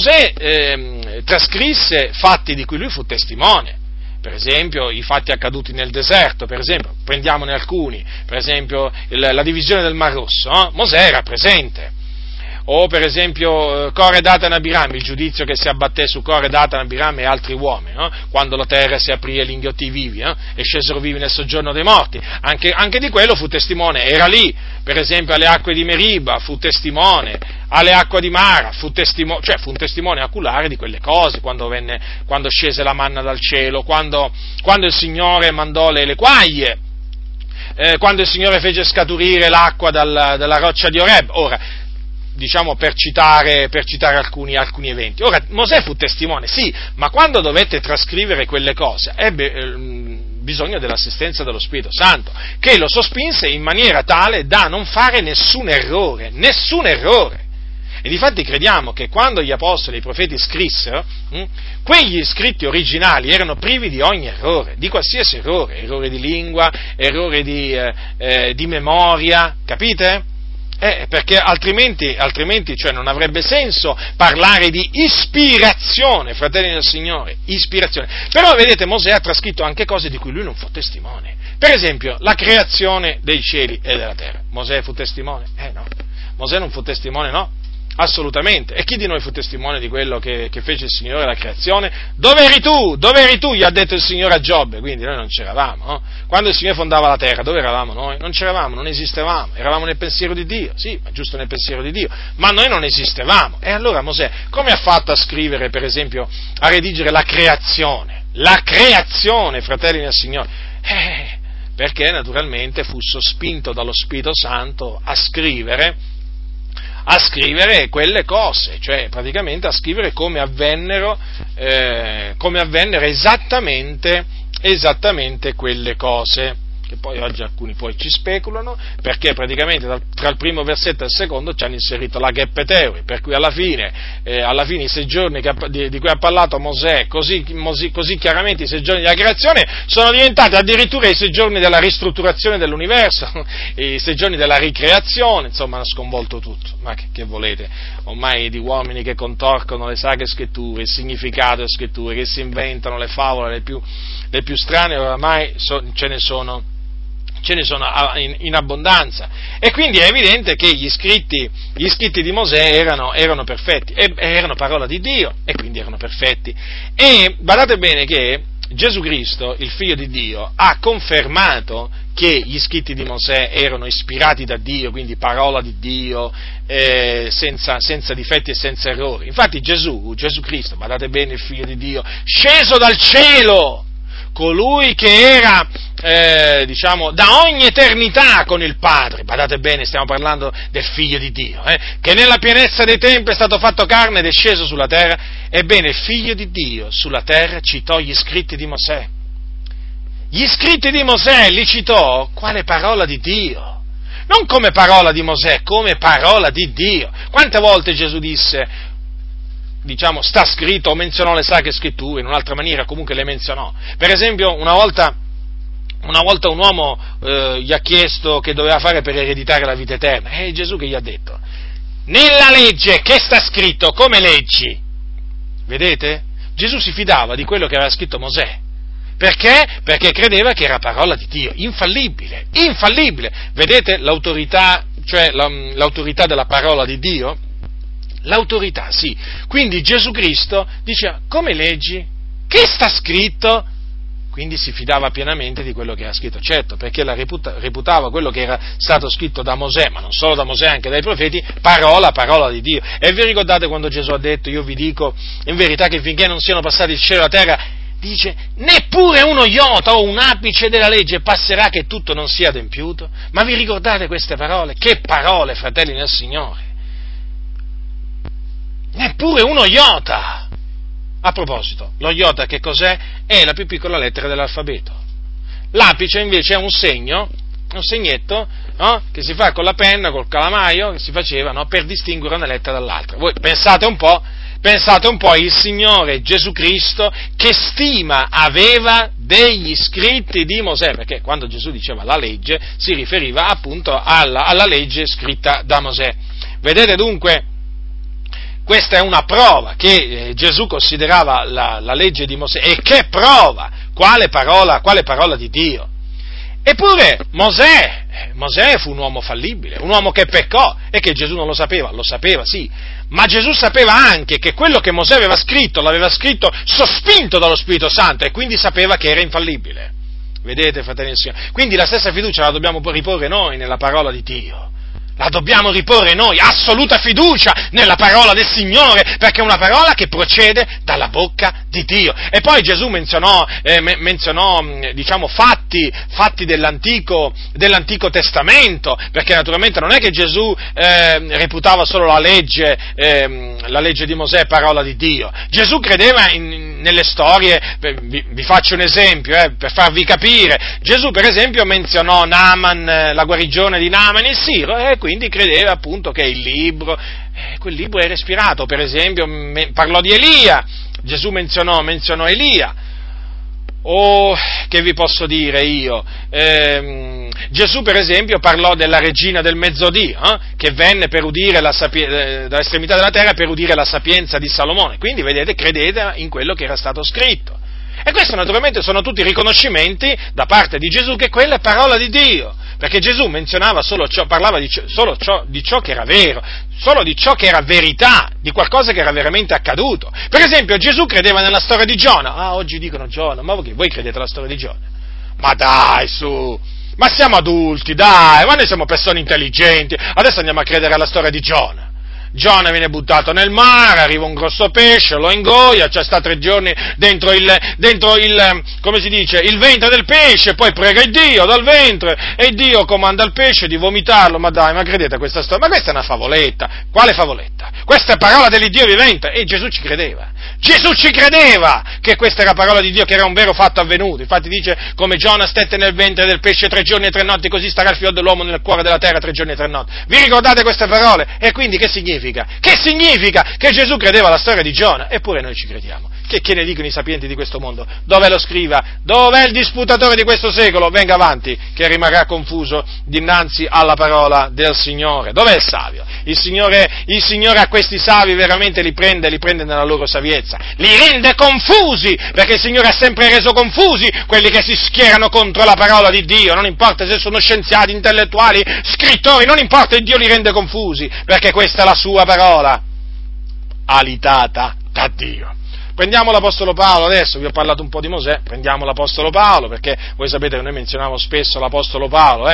trascrisse fatti di cui lui fu testimone. Per esempio, i fatti accaduti nel deserto, per esempio, prendiamone alcuni, per esempio la divisione del Mar Rosso, Mosè era presente. O per esempio Core, Datan e Abiram, il giudizio che si abbatté su Core, Datan, Abiram e altri uomini, quando la terra si aprì e li inghiottì vivi, e scesero vivi nel soggiorno dei morti. Anche di quello fu testimone, era lì. Per esempio alle acque di Meriba fu testimone, alle acque di Mara fu un testimone oculare di quelle cose, quando scese la manna dal cielo, quando il Signore mandò le quaglie, quando il Signore fece scaturire l'acqua dalla roccia di Oreb. Ora, per citare alcuni eventi. Ora, Mosè fu testimone, sì, ma quando dovette trascrivere quelle cose ebbe bisogno dell'assistenza dello Spirito Santo, che lo sospinse in maniera tale da non fare nessun errore. E difatti crediamo che quando gli apostoli e i profeti scrissero, quegli scritti originali erano privi di ogni errore, di qualsiasi errore di lingua, errore di memoria, capite? Perché altrimenti non avrebbe senso parlare di ispirazione, fratelli del Signore, ispirazione. Però vedete, Mosè ha trascritto anche cose di cui lui non fu testimone. Per esempio, la creazione dei cieli e della terra. Mosè fu testimone? No. Mosè non fu testimone, no. Assolutamente. E chi di noi fu testimone di quello che fece il Signore alla creazione? Dove eri tu? Gli ha detto il Signore a Giobbe. Quindi noi non c'eravamo, no? Quando il Signore fondava la terra, dove eravamo noi? Non c'eravamo, non esistevamo. Eravamo nel pensiero di Dio, sì, ma giusto nel pensiero di Dio, ma noi non esistevamo. E allora Mosè come ha fatto a scrivere, per esempio, a redigere la creazione, fratelli del Signore? perché naturalmente fu sospinto dallo Spirito Santo a scrivere quelle cose, cioè praticamente a scrivere come avvennero esattamente quelle cose, che poi oggi alcuni poi ci speculano, perché praticamente tra il primo versetto e il secondo ci hanno inserito la Geppeteuri, per cui alla fine i 6 giorni di cui ha parlato Mosè, così chiaramente i 6 giorni della creazione, sono diventati addirittura i 6 giorni della ristrutturazione dell'universo, i 6 giorni della ricreazione, insomma hanno sconvolto tutto. Ma che volete? Ormai di uomini che contorcono le sacre scritture, il significato delle scritture, che si inventano le favole le più strane, oramai ce ne sono in abbondanza, e quindi è evidente che gli scritti di Mosè erano perfetti, erano parola di Dio, e quindi erano perfetti. E badate bene che Gesù Cristo, il Figlio di Dio, ha confermato che gli scritti di Mosè erano ispirati da Dio, quindi parola di Dio, senza difetti e senza errori. Infatti Gesù Cristo, badate bene, il Figlio di Dio, sceso dal cielo, colui che era, da ogni eternità con il Padre, badate bene, stiamo parlando del Figlio di Dio, che nella pienezza dei tempi è stato fatto carne ed è sceso sulla terra. Ebbene, il Figlio di Dio sulla terra citò gli scritti di Mosè. Gli scritti di Mosè li citò quale parola di Dio, non come parola di Mosè, come parola di Dio. Quante volte Gesù disse, sta scritto, o menzionò le sacre scritture, in un'altra maniera comunque le menzionò. Per esempio, una volta un uomo gli ha chiesto che doveva fare per ereditare la vita eterna, e Gesù che gli ha detto? Nella legge che sta scritto, come leggi? Vedete? Gesù si fidava di quello che aveva scritto Mosè. Perché? Perché credeva che era parola di Dio, infallibile. Vedete l'autorità, cioè l'autorità della parola di Dio? L'autorità, sì. Quindi Gesù Cristo diceva, come leggi? Che sta scritto? Quindi si fidava pienamente di quello che era scritto, certo, perché la reputava quello che era stato scritto da Mosè, ma non solo da Mosè, anche dai profeti, parola di Dio. E vi ricordate quando Gesù ha detto, io vi dico in verità che finché non siano passati il cielo e la terra, dice, neppure uno iota o un apice della legge passerà che tutto non sia adempiuto? Ma vi ricordate queste parole? Che parole, fratelli nel Signore! Neppure uno iota! A proposito, lo iota che cos'è? È la più piccola lettera dell'alfabeto. L'apice invece è un segnetto, no? Che si fa con la penna, col calamaio, che si faceva, no? Per distinguere una lettera dall'altra. Voi pensate un po' il Signore Gesù Cristo che stima aveva degli scritti di Mosè, perché quando Gesù diceva la legge si riferiva appunto alla legge scritta da Mosè. Vedete dunque? Questa è una prova che Gesù considerava la legge di Mosè, e che prova! Quale parola di Dio? Eppure Mosè fu un uomo fallibile, un uomo che peccò, e che Gesù non lo sapeva sì, ma Gesù sapeva anche che quello che Mosè aveva scritto, l'aveva scritto sospinto dallo Spirito Santo, e quindi sapeva che era infallibile. Vedete, fratelli del Signore? Quindi la stessa fiducia la dobbiamo riporre noi nella parola di Dio. La dobbiamo riporre noi, assoluta fiducia nella parola del Signore, perché è una parola che procede dalla bocca di Dio. E poi Gesù menzionò fatti dell'Antico Testamento, perché naturalmente non è che Gesù reputava solo la legge di Mosè parola di Dio. Gesù credeva nelle storie, vi faccio un esempio per farvi capire. Gesù per esempio menzionò Naaman, la guarigione di Naaman il Siro, e quindi credeva appunto che quel libro era ispirato. Per esempio parlò di Elia, Gesù menzionò Elia. Che vi posso dire io? Gesù per esempio parlò della regina del mezzodì, che venne per udire dall'estremità della terra per udire la sapienza di Salomone. Quindi vedete, credete in quello che era stato scritto. E questo naturalmente sono tutti riconoscimenti da parte di Gesù che quella è parola di Dio, perché Gesù parlava di ciò che era vero, solo di ciò che era verità, di qualcosa che era veramente accaduto. Per esempio Gesù credeva nella storia di Giona. Oggi dicono Giona, ma voi credete alla storia di Giona? Ma dai, su! Ma siamo adulti, dai, ma noi siamo persone intelligenti, adesso andiamo a credere alla storia di Giona. Giona viene buttato nel mare, arriva un grosso pesce, lo ingoia, cioè sta 3 giorni dentro il come si dice, il ventre del pesce, poi prega il Dio dal ventre, e Dio comanda al pesce di vomitarlo. Ma dai, ma credete a questa storia? Ma questa è una favoletta. Quale favoletta? Questa è parola dell'Iddio vivente, e Gesù ci credeva. Gesù ci credeva che questa era parola di Dio, che era un vero fatto avvenuto. Infatti dice, come Giona stette nel ventre del pesce 3 giorni e 3 notti, così starà il figlio dell'uomo nel cuore della terra 3 giorni e 3 notti. Vi ricordate queste parole? E quindi che significa? Che significa? Che Gesù credeva alla storia di Giona, eppure noi ci crediamo. Che ne dicono i sapienti di questo mondo? Dov'è lo scriba? Dov'è il disputatore di questo secolo? Venga avanti, che rimarrà confuso dinanzi alla parola del Signore. Dov'è il savio? Il Signore a questi savi veramente li prende nella loro saviezza, li rende confusi, perché il Signore ha sempre reso confusi quelli che si schierano contro la parola di Dio. Non importa se sono scienziati, intellettuali, scrittori, non importa, Dio li rende confusi, perché questa è la sua parola, alitata da Dio. Prendiamo l'Apostolo Paolo adesso, vi ho parlato un po' di Mosè, prendiamo l'Apostolo Paolo, perché voi sapete che noi menzioniamo spesso l'Apostolo Paolo,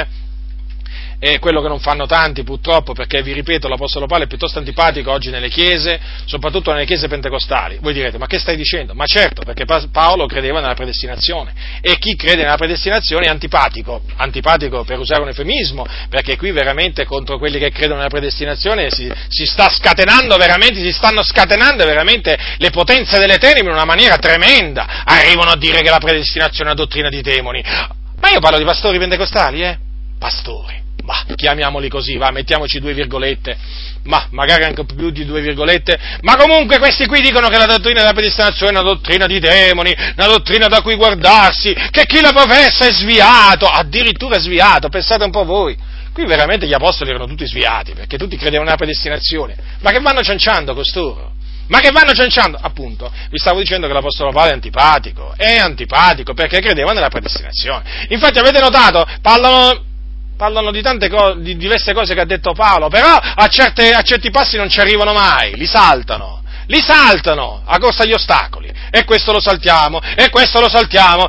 è quello che non fanno tanti purtroppo, perché vi ripeto, l'Apostolo Paolo è piuttosto antipatico oggi nelle chiese, soprattutto nelle chiese pentecostali. Voi direte, ma che stai dicendo? Ma certo, perché Paolo credeva nella predestinazione, e chi crede nella predestinazione è antipatico per usare un eufemismo, perché qui veramente contro quelli che credono nella predestinazione si stanno scatenando veramente le potenze delle tenebre in una maniera tremenda. Arrivano a dire che la predestinazione è una dottrina di demoni. Ma io parlo di pastori pentecostali, pastori. Ma chiamiamoli così, mettiamoci 2 virgolette, ma magari anche più di 2 virgolette, ma comunque questi qui dicono che la dottrina della predestinazione è una dottrina di demoni, una dottrina da cui guardarsi, che chi la professa è sviato, addirittura sviato, pensate un po' voi. Qui veramente gli apostoli erano tutti sviati, perché tutti credevano nella predestinazione, ma che vanno cianciando costoro? Ma che vanno cianciando? Appunto, vi stavo dicendo che l'Apostolo Paolo è antipatico perché credeva nella predestinazione. Infatti avete notato, parlano di tante cose, di diverse cose che ha detto Paolo, però a certi passi non ci arrivano mai, li saltano, a corsa agli ostacoli, e questo lo saltiamo, e questo lo saltiamo,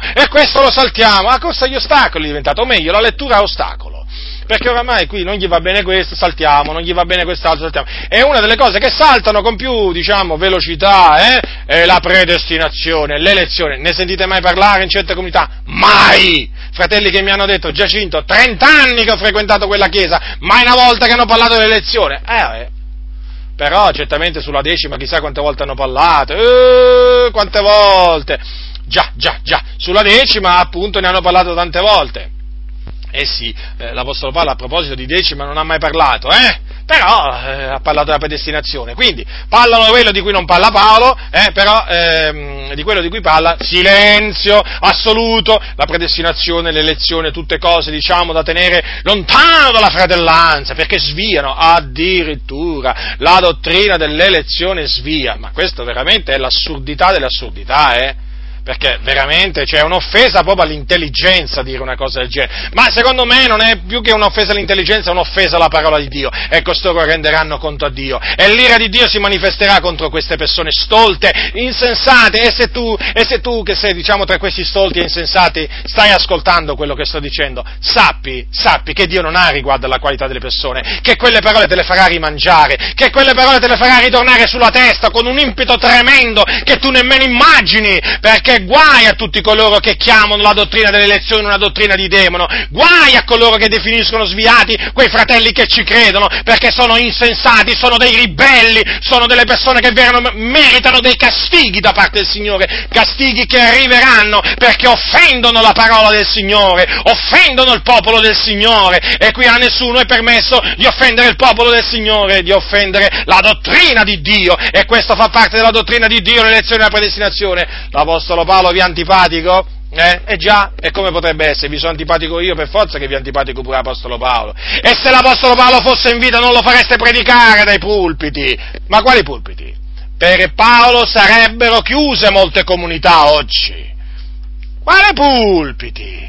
a corsa agli ostacoli è diventato, o meglio, la lettura a ostacolo, perché oramai qui non gli va bene questo, saltiamo, non gli va bene quest'altro, saltiamo, e una delle cose che saltano con più, velocità, è la predestinazione, l'elezione. Ne sentite mai parlare in certe comunità? Mai! Fratelli che mi hanno detto, Giacinto, 30 anni che ho frequentato quella chiesa, mai una volta che hanno parlato dell'elezione. Però certamente sulla 10ª chissà quante volte hanno parlato, quante volte. Già, sulla 10ª appunto ne hanno parlato tante volte. Sì, l'Apostolo Paolo a proposito di 10ª non ha mai parlato, però ha parlato della predestinazione, quindi parlano di quello di cui non parla Paolo, però di quello di cui parla silenzio assoluto, la predestinazione, l'elezione, tutte cose da tenere lontano dalla fratellanza, perché sviano, addirittura la dottrina dell'elezione svia, ma questo veramente è l'assurdità delle assurdità, perché veramente c'è un'offesa proprio all'intelligenza dire una cosa del genere, ma secondo me non è più che un'offesa all'intelligenza, è un'offesa alla parola di Dio, e costoro renderanno conto a Dio, e l'ira di Dio si manifesterà contro queste persone stolte, insensate, e se tu che sei tra questi stolti e insensati stai ascoltando quello che sto dicendo, sappi che Dio non ha riguardo alla qualità delle persone, che quelle parole te le farà rimangiare, che quelle parole te le farà ritornare sulla testa con un impeto tremendo che tu nemmeno immagini, perché guai a tutti coloro che chiamano la dottrina dell'elezione una dottrina di demone, guai a coloro che definiscono sviati quei fratelli che ci credono, perché sono insensati, sono dei ribelli, sono delle persone che meritano dei castighi da parte del Signore, castighi che arriveranno perché offendono la parola del Signore, offendono il popolo del Signore, e qui a nessuno è permesso di offendere il popolo del Signore, di offendere la dottrina di Dio, e questo fa parte della dottrina di Dio, l'elezione e la predestinazione. L'Apostolo Paolo vi è antipatico? Già, e come potrebbe essere? Vi sono antipatico io, per forza che vi è antipatico pure l'Apostolo Paolo. E se l'Apostolo Paolo fosse in vita non lo fareste predicare dai pulpiti. Ma quali pulpiti? Per Paolo sarebbero chiuse molte comunità oggi. Quali pulpiti?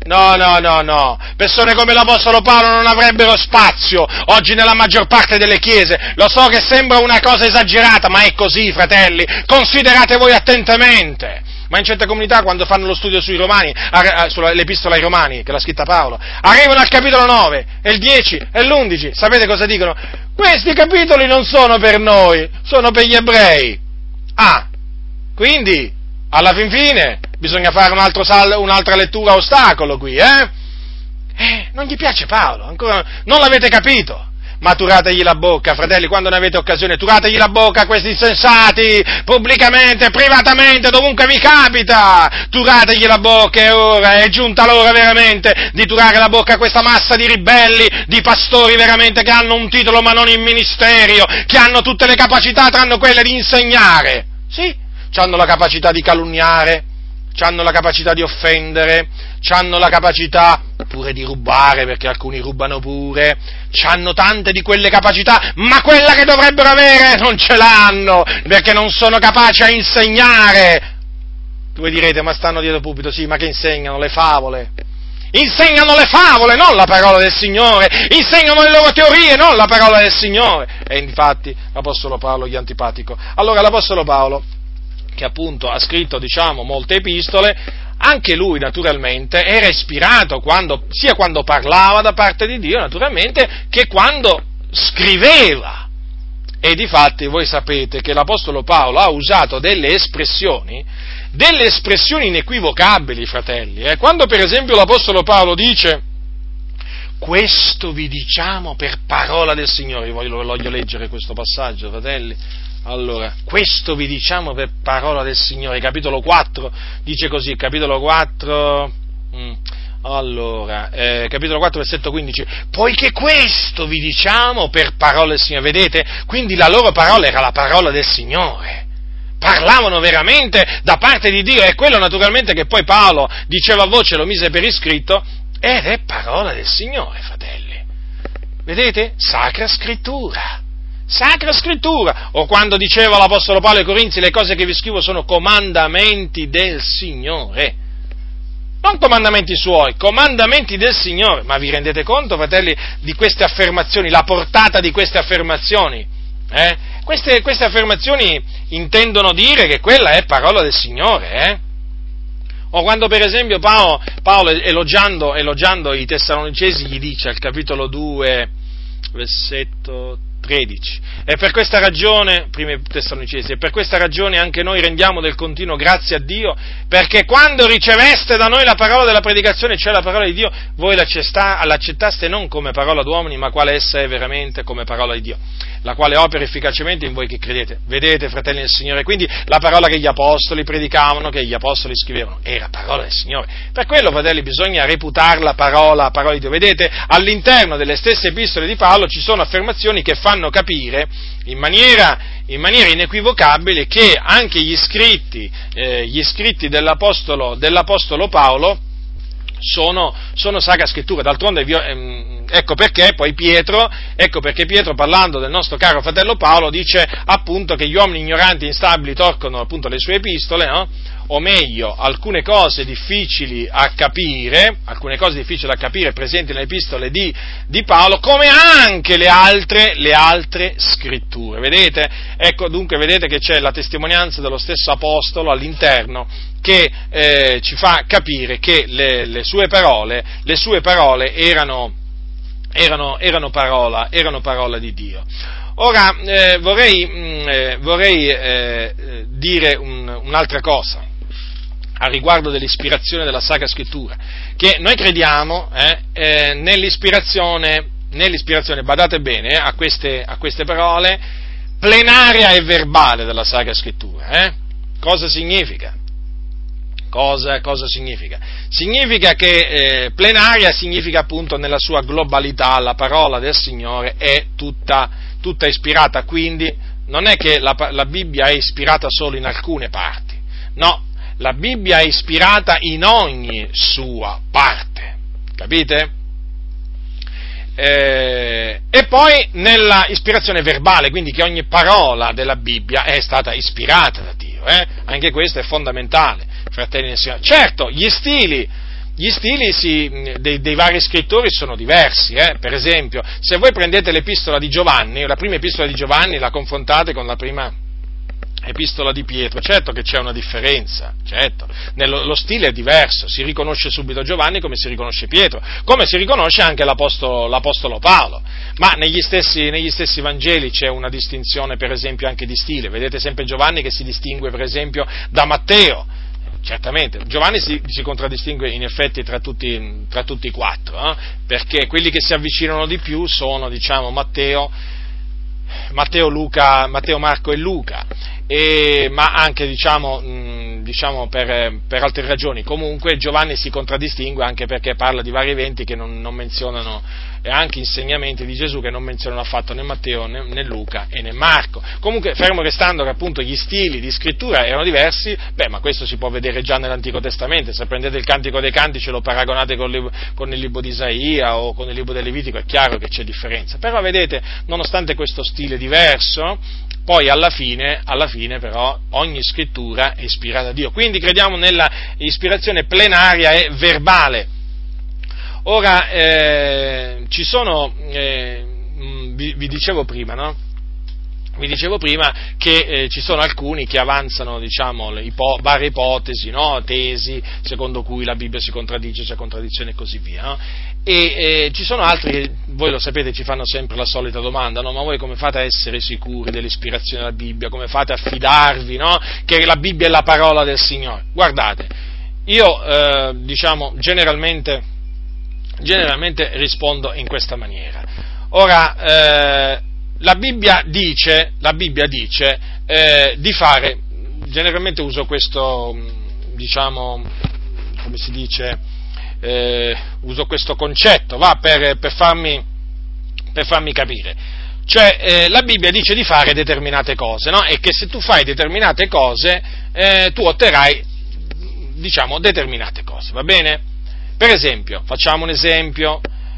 No. Persone come l'Apostolo Paolo non avrebbero spazio oggi nella maggior parte delle chiese. Lo so che sembra una cosa esagerata, ma è così, fratelli. Considerate voi attentamente. Ma in certe comunità, quando fanno lo studio sui Romani, sull'Epistola ai Romani, che l'ha scritta Paolo, arrivano al capitolo 9, e il 10, e l'11, sapete cosa dicono? questi capitoli non sono per noi, sono per gli ebrei. Quindi, alla fin fine, bisogna fare un'altra lettura a ostacolo qui, non gli piace Paolo, ancora non l'avete capito? Ma turategli la bocca, fratelli, quando ne avete occasione, turategli la bocca a questi insensati, pubblicamente, privatamente, dovunque vi capita, turategli la bocca, e ora è giunta l'ora veramente di turare la bocca a questa massa di ribelli, di pastori veramente che hanno un titolo ma non il ministerio, che hanno tutte le capacità tranne quelle di insegnare, sì, hanno la capacità di calunniare, hanno la capacità di offendere, hanno la capacità pure di rubare, perché alcuni rubano pure, hanno tante di quelle capacità, ma quella che dovrebbero avere non ce l'hanno, perché non sono capaci a insegnare. Voi direte, ma stanno dietro il pulpito, sì, ma che insegnano? Le favole. Insegnano le favole, non la parola del Signore, insegnano le loro teorie, non la parola del Signore. E infatti l'Apostolo Paolo gli è antipatico. Allora l'Apostolo Paolo, che appunto ha scritto, molte epistole, anche lui naturalmente era ispirato sia quando parlava da parte di Dio, naturalmente, che quando scriveva. E difatti voi sapete che l'Apostolo Paolo ha usato delle espressioni inequivocabili, fratelli. Quando per esempio l'Apostolo Paolo dice: questo vi diciamo per parola del Signore, io voglio leggere questo passaggio, fratelli. Allora, questo vi diciamo per parola del Signore, capitolo 4, dice così, capitolo 4, capitolo 4, versetto 15, poiché questo vi diciamo per parola del Signore, vedete? Quindi la loro parola era la parola del Signore, parlavano veramente da parte di Dio, e quello naturalmente che poi Paolo diceva a voce, lo mise per iscritto, ed è parola del Signore, fratelli, vedete? Sacra Scrittura, o quando diceva l'Apostolo Paolo ai Corinzi, le cose che vi scrivo sono comandamenti del Signore, non comandamenti suoi, comandamenti del Signore. Ma vi rendete conto, fratelli, di queste affermazioni, la portata di queste affermazioni? Queste affermazioni intendono dire che quella è parola del Signore, O quando per esempio Paolo elogiando i Tessalonicesi gli dice al capitolo 2, versetto 13, e per questa ragione, primi Tessalonicesi, e per questa ragione anche noi rendiamo del continuo grazie a Dio, perché quando riceveste da noi la parola della predicazione, cioè la parola di Dio, voi l'accettaste non come parola d'uomini, ma quale essa è veramente, come parola di Dio, la quale opera efficacemente in voi che credete. Vedete, fratelli del Signore, quindi la parola che gli apostoli predicavano, che gli apostoli scrivevano, era parola del Signore. Per quello, fratelli, bisogna reputarla parola di Dio. Vedete, all'interno delle stesse epistole di Paolo ci sono affermazioni che fanno capire in maniera inequivocabile che anche gli scritti dell'apostolo Paolo sono Sacra Scrittura. D'altronde ecco perché Pietro, parlando del nostro caro fratello Paolo, dice appunto che gli uomini ignoranti e instabili torcono appunto le sue epistole, no? O meglio, alcune cose difficili a capire presenti nelle epistole di Paolo, come anche le altre scritture. Vedete? Ecco, dunque vedete che c'è la testimonianza dello stesso apostolo all'interno, che ci fa capire che le sue parole erano parola di Dio. Ora vorrei dire un'altra cosa a riguardo dell'ispirazione della Sacra Scrittura, che noi crediamo nell'ispirazione, badate bene a queste parole, plenaria e verbale della Sacra Scrittura. Cosa significa? Cosa significa? Significa che plenaria significa appunto nella sua globalità, la parola del Signore è tutta ispirata, quindi non è che la Bibbia è ispirata solo in alcune parti, no, la Bibbia è ispirata in ogni sua parte, capite? E poi nella ispirazione verbale, quindi che ogni parola della Bibbia è stata ispirata da Dio, anche questo è fondamentale, fratelli del Signore. Certo, gli stili dei vari scrittori sono diversi, per esempio, se voi prendete l'epistola di Giovanni, la prima epistola di Giovanni, la confrontate con la prima Epistola di Pietro, certo che c'è una differenza, certo, lo stile è diverso, si riconosce subito Giovanni come si riconosce Pietro, come si riconosce anche l'Apostolo Paolo, ma negli stessi Vangeli c'è una distinzione, per esempio, anche di stile. Vedete sempre Giovanni che si distingue, per esempio, da Matteo. Certamente, Giovanni si contraddistingue in effetti tra tutti i quattro, perché quelli che si avvicinano di più sono, diciamo, Matteo, Marco e Luca, ma anche diciamo per altre ragioni. Comunque Giovanni si contraddistingue anche perché parla di vari eventi che non menzionano, e anche insegnamenti di Gesù che non menzionano affatto né Matteo né Luca e né Marco. Comunque, fermo restando che appunto gli stili di scrittura erano diversi, ma questo si può vedere già nell'Antico Testamento. Se prendete il Cantico dei Cantici e lo paragonate con il libro di Isaia o con il libro del Levitico, è chiaro che c'è differenza. Però vedete, nonostante questo stile diverso, poi alla fine però ogni scrittura è ispirata da Dio, quindi crediamo nella ispirazione plenaria e verbale. Ora, ci sono, vi dicevo prima, no? Vi dicevo prima che ci sono alcuni che avanzano, diciamo, varie ipotesi, no? Tesi, secondo cui la Bibbia si contraddice, c'è contraddizione e così via, no? E ci sono altri che, voi lo sapete, ci fanno sempre la solita domanda, no? Ma voi come fate a essere sicuri dell'ispirazione della Bibbia? Come fate a fidarvi, no? Che la Bibbia è la parola del Signore? Guardate, io, diciamo, generalmente rispondo in questa maniera. Ora, la Bibbia dice di fare, generalmente uso questo, diciamo, come si dice, uso questo concetto, per farmi capire. Cioè, la Bibbia dice di fare determinate cose, no? E che se tu fai determinate cose, tu otterrai, diciamo, determinate cose, va bene? Per esempio, facciamo un esempio,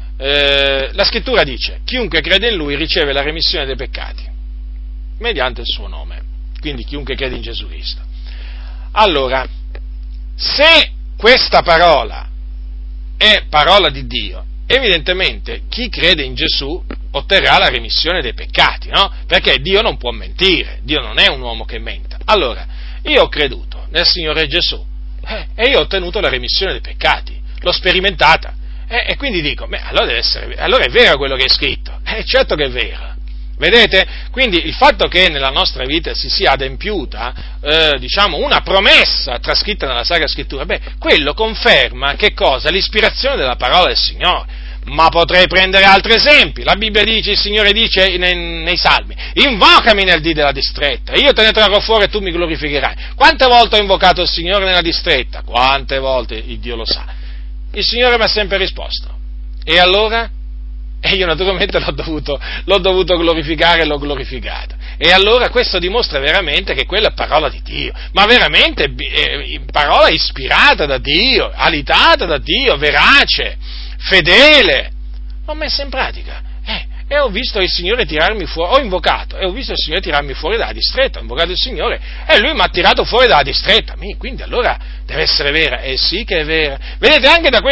la scrittura dice: chiunque crede in Lui riceve la remissione dei peccati, mediante il suo nome, quindi chiunque crede in Gesù Cristo. Allora, se questa parola è parola di Dio, evidentemente chi crede in Gesù otterrà la remissione dei peccati, no? Perché Dio non può mentire, Dio non è un uomo che menta. Allora, io ho creduto nel Signore Gesù, e io ho ottenuto la remissione dei peccati, l'ho sperimentata, e quindi dico, allora è vero quello che è scritto, certo che è vero. Vedete? Quindi il fatto che nella nostra vita si sia adempiuta, diciamo, una promessa trascritta nella Sacra Scrittura, quello conferma che cosa? L'ispirazione della parola del Signore. Ma potrei prendere altri esempi. La Bibbia dice, il Signore dice nei Salmi: invocami nel dì della distretta, io te ne trarrò fuori e tu mi glorificherai. Quante volte ho invocato il Signore nella distretta? Quante volte? Il Dio lo sa. Il Signore mi ha sempre risposto. E allora? E io naturalmente l'ho dovuto glorificare e l'ho glorificato. E allora questo dimostra veramente che quella è parola di Dio, ma veramente parola ispirata da Dio, alitata da Dio, verace, fedele. L'ho messa in pratica. E ho visto il Signore tirarmi fuori, ho invocato, e ho visto il Signore tirarmi fuori dalla distretta, ho invocato il Signore, e Lui mi ha tirato fuori dalla distretta. Quindi allora deve essere vera. Sì che è vera. Vedete, anche da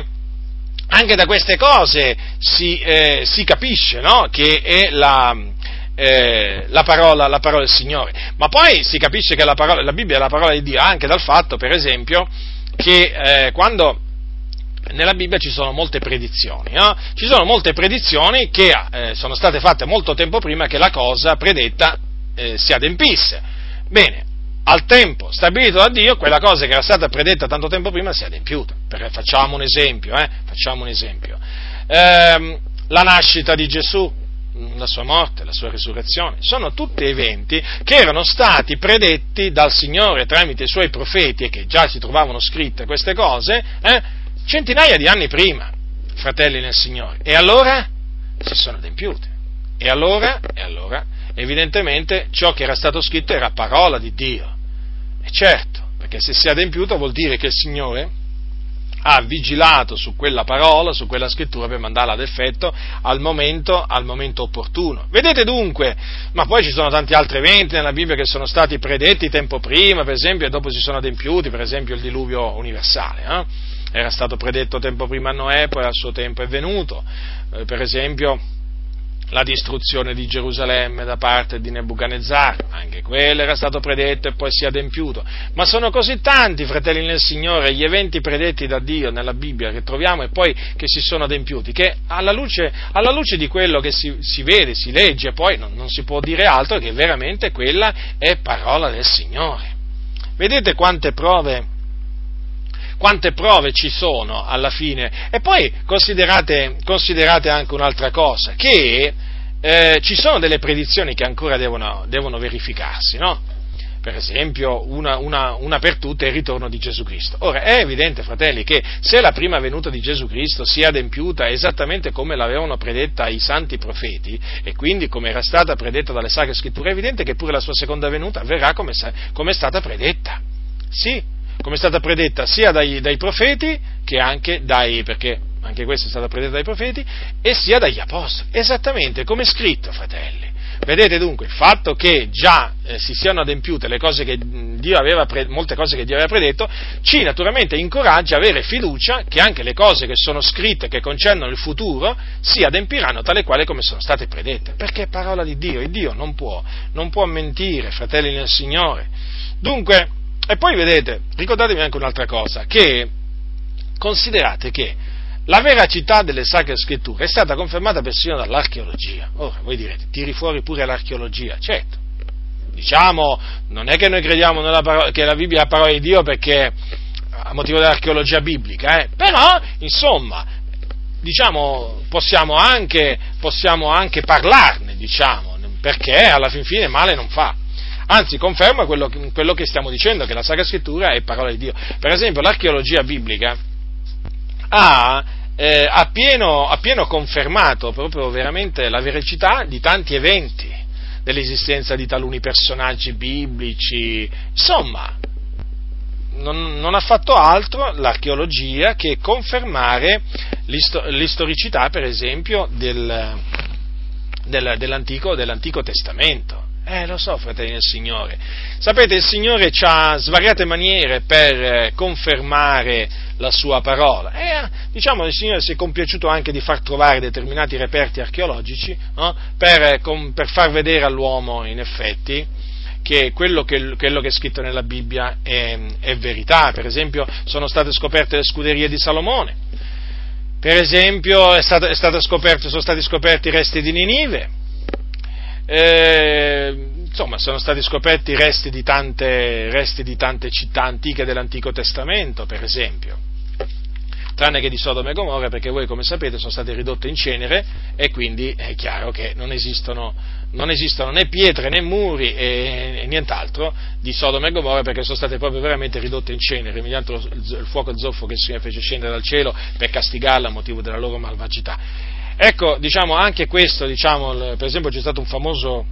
queste cose si capisce, no? Che è la parola del Signore. Ma poi si capisce che la Bibbia è la parola di Dio anche dal fatto, per esempio, che quando nella Bibbia ci sono molte predizioni, no? Ci sono molte predizioni che sono state fatte molto tempo prima che la cosa predetta si adempisse. Bene, al tempo stabilito da Dio, quella cosa che era stata predetta tanto tempo prima si è adempiuta. Facciamo un esempio. La nascita di Gesù, la sua morte, la sua risurrezione, sono tutti eventi che erano stati predetti dal Signore tramite i suoi profeti e che già si trovavano scritte queste cose, centinaia di anni prima, fratelli nel Signore. E allora si sono adempiute. E allora, evidentemente, ciò che era stato scritto era parola di Dio. E certo, perché se si è adempiuto vuol dire che il Signore ha vigilato su quella parola, su quella scrittura, per mandarla ad effetto al momento opportuno. Vedete dunque, ma poi ci sono tanti altri eventi nella Bibbia che sono stati predetti tempo prima, per esempio, e dopo si sono adempiuti, per esempio il diluvio universale, Era stato predetto tempo prima a Noè, poi al suo tempo è venuto, per esempio la distruzione di Gerusalemme da parte di Nebuchadnezzar, anche quello era stato predetto e poi si è adempiuto, ma sono così tanti, fratelli nel Signore, gli eventi predetti da Dio nella Bibbia che troviamo e poi che si sono adempiuti, che alla luce di quello che si vede, si legge, poi non si può dire altro che veramente quella è parola del Signore. Vedete quante prove ci sono alla fine, e poi considerate anche un'altra cosa, che ci sono delle predizioni che ancora devono verificarsi, no? Per esempio, una per tutte è il ritorno di Gesù Cristo. Ora, è evidente, fratelli, che se la prima venuta di Gesù Cristo si è adempiuta esattamente come l'avevano predetta i santi profeti, e quindi come era stata predetta dalle Sacre Scritture, è evidente che pure la sua seconda venuta avverrà come è stata predetta. Sì, come è stata predetta sia dai profeti che anche perché anche questa è stata predetta dai profeti, e sia dagli apostoli, esattamente come è scritto, fratelli. Vedete dunque, il fatto che già si siano adempiute le cose che molte cose che Dio aveva predetto, ci naturalmente incoraggia a avere fiducia che anche le cose che sono scritte, che concernono il futuro, si adempiranno tale quale come sono state predette, perché è parola di Dio, e Dio non può mentire, fratelli nel Signore. Dunque, e poi vedete, ricordatevi anche un'altra cosa, che considerate che la veracità delle Sacre Scritture è stata confermata persino dall'archeologia. Ora, voi direte, tiri fuori pure l'archeologia, certo. Diciamo, non è che noi crediamo che la Bibbia è la parola di Dio perché a motivo dell'archeologia biblica, però, insomma, diciamo, possiamo anche parlarne, diciamo, perché alla fin fine male non fa. Anzi, conferma quello che stiamo dicendo, che la Sacra Scrittura è parola di Dio. Per esempio, l'archeologia biblica ha pieno confermato proprio veramente la veracità di tanti eventi, dell'esistenza di taluni personaggi biblici, insomma, non ha fatto altro l'archeologia che confermare l'istoricità, per esempio, dell'Antico Testamento. Lo so, fratelli del Signore. Sapete, il Signore ha svariate maniere per confermare la sua parola. Il Signore si è compiaciuto anche di far trovare determinati reperti archeologici, no? per far vedere all'uomo, in effetti, che quello che è scritto nella Bibbia è verità. Per esempio, sono state scoperte le scuderie di Salomone. Per esempio, sono stati scoperti i resti di Ninive. Insomma, sono stati scoperti i resti di tante città antiche dell'Antico Testamento, per esempio, tranne che di Sodoma e Gomorra, perché voi, come sapete, sono state ridotte in cenere, e quindi è chiaro che non esistono né pietre né muri e nient'altro di Sodoma e Gomorra, perché sono state proprio veramente ridotte in cenere mediante il fuoco zolfo che il Signore fece scendere dal cielo per castigarla a motivo della loro malvagità. Ecco, anche questo, per esempio, c'è stato un famoso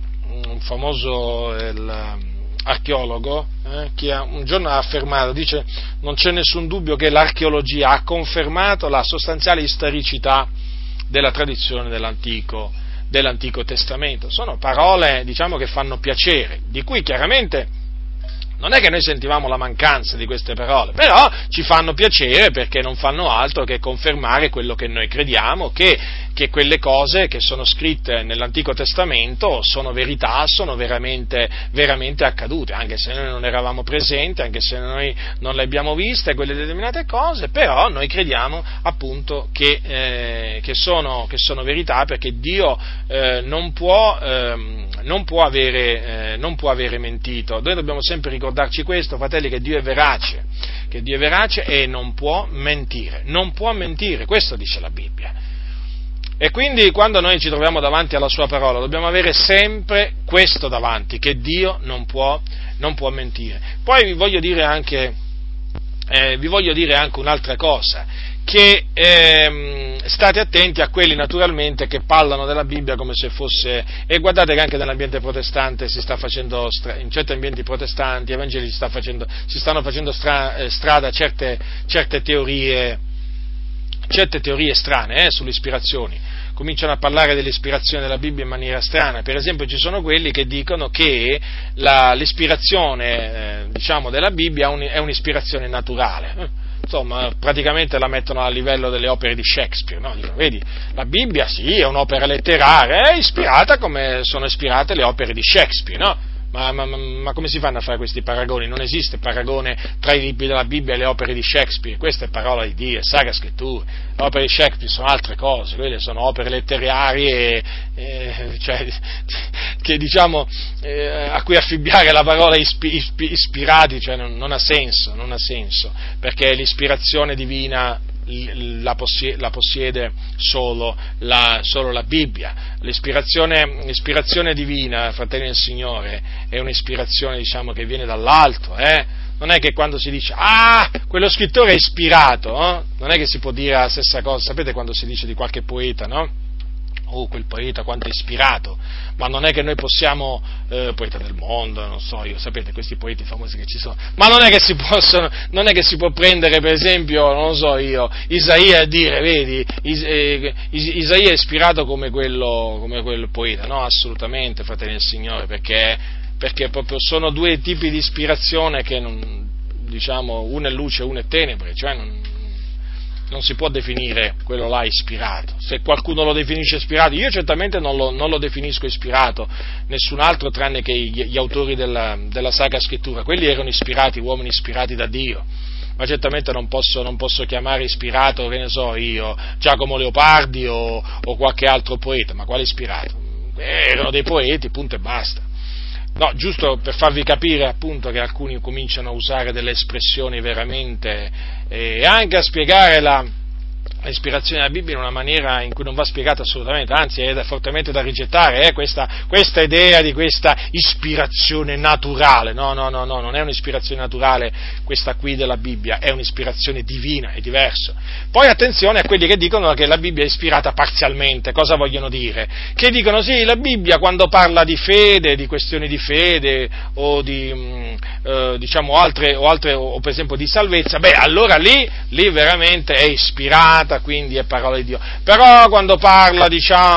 archeologo che un giorno ha affermato, dice: non c'è nessun dubbio che l'archeologia ha confermato la sostanziale istoricità della tradizione dell'Antico Testamento. Sono parole, che fanno piacere, di cui chiaramente non è che noi sentivamo la mancanza di queste parole, però ci fanno piacere perché non fanno altro che confermare quello che noi crediamo, che quelle cose che sono scritte nell'Antico Testamento sono verità, sono veramente accadute, anche se noi non eravamo presenti, anche se noi non le abbiamo viste, quelle determinate cose, però noi crediamo appunto che sono verità, perché Dio non può avere mentito. Noi dobbiamo sempre ricordarci questo, fratelli, che Dio è verace e non può mentire, questo dice la Bibbia. E quindi quando noi ci troviamo davanti alla sua parola dobbiamo avere sempre questo davanti, che Dio non può mentire. Poi vi voglio dire anche un'altra cosa, che state attenti a quelli naturalmente che parlano della Bibbia come se fosse, e guardate che anche nell'ambiente protestante si sta facendo, in certi ambienti protestanti, evangelici, si stanno facendo strada certe teorie strane sulle ispirazioni. Cominciano a parlare dell'ispirazione della Bibbia in maniera strana. Per esempio, ci sono quelli che dicono che l'ispirazione della Bibbia è un'ispirazione naturale. insomma, praticamente la mettono a livello delle opere di Shakespeare, no? Dicono, vedi, la Bibbia sì, è un'opera letteraria, è ispirata come sono ispirate le opere di Shakespeare, no? Ma come si fanno a fare questi paragoni? Non esiste paragone tra i libri della Bibbia e le opere di Shakespeare, questa è parola di Dio, è Sacra Scrittura. Le opere di Shakespeare sono altre cose, quelle sono opere letterarie, cioè, che diciamo, a cui affibbiare la parola ispirati, cioè non ha senso, perché l'ispirazione divina la possiede solo la Bibbia. L'ispirazione divina, fratelli del Signore, è un'ispirazione, diciamo, che viene dall'alto, Non è che quando si dice, quello scrittore è ispirato, non è che si può dire la stessa cosa. Sapete quando si dice di qualche poeta, no? Quel poeta quanto è ispirato, ma non è che noi possiamo, poeta del mondo, non so io, sapete questi poeti famosi che ci sono, ma non è che si può prendere per esempio, non lo so io, Isaia e dire, vedi, Isaia è ispirato come quel poeta, no, assolutamente, fratelli del Signore, perché proprio sono due tipi di ispirazione che non, diciamo, uno è luce e uno è tenebre, cioè non si può definire quello là ispirato. Se qualcuno lo definisce ispirato, io certamente non lo definisco ispirato, nessun altro tranne che gli autori della Sacra Scrittura, quelli erano ispirati, uomini ispirati da Dio, ma certamente non posso chiamare ispirato, che ne so io, Giacomo Leopardi o qualche altro poeta, ma quale ispirato? Erano dei poeti, punto e basta. No, giusto per farvi capire appunto che alcuni cominciano a usare delle espressioni veramente e anche a spiegare l'ispirazione della Bibbia in una maniera in cui non va spiegata assolutamente, anzi è fortemente da rigettare, questa idea di questa ispirazione naturale, no, non è un'ispirazione naturale questa qui della Bibbia, è un'ispirazione divina, è diverso. Poi attenzione a quelli che dicono che la Bibbia è ispirata parzialmente, cosa vogliono dire? Che dicono sì, la Bibbia quando parla di fede, di questioni di fede o di diciamo altre o per esempio di salvezza, allora lì veramente è ispirata, quindi è parola di Dio. Però quando parla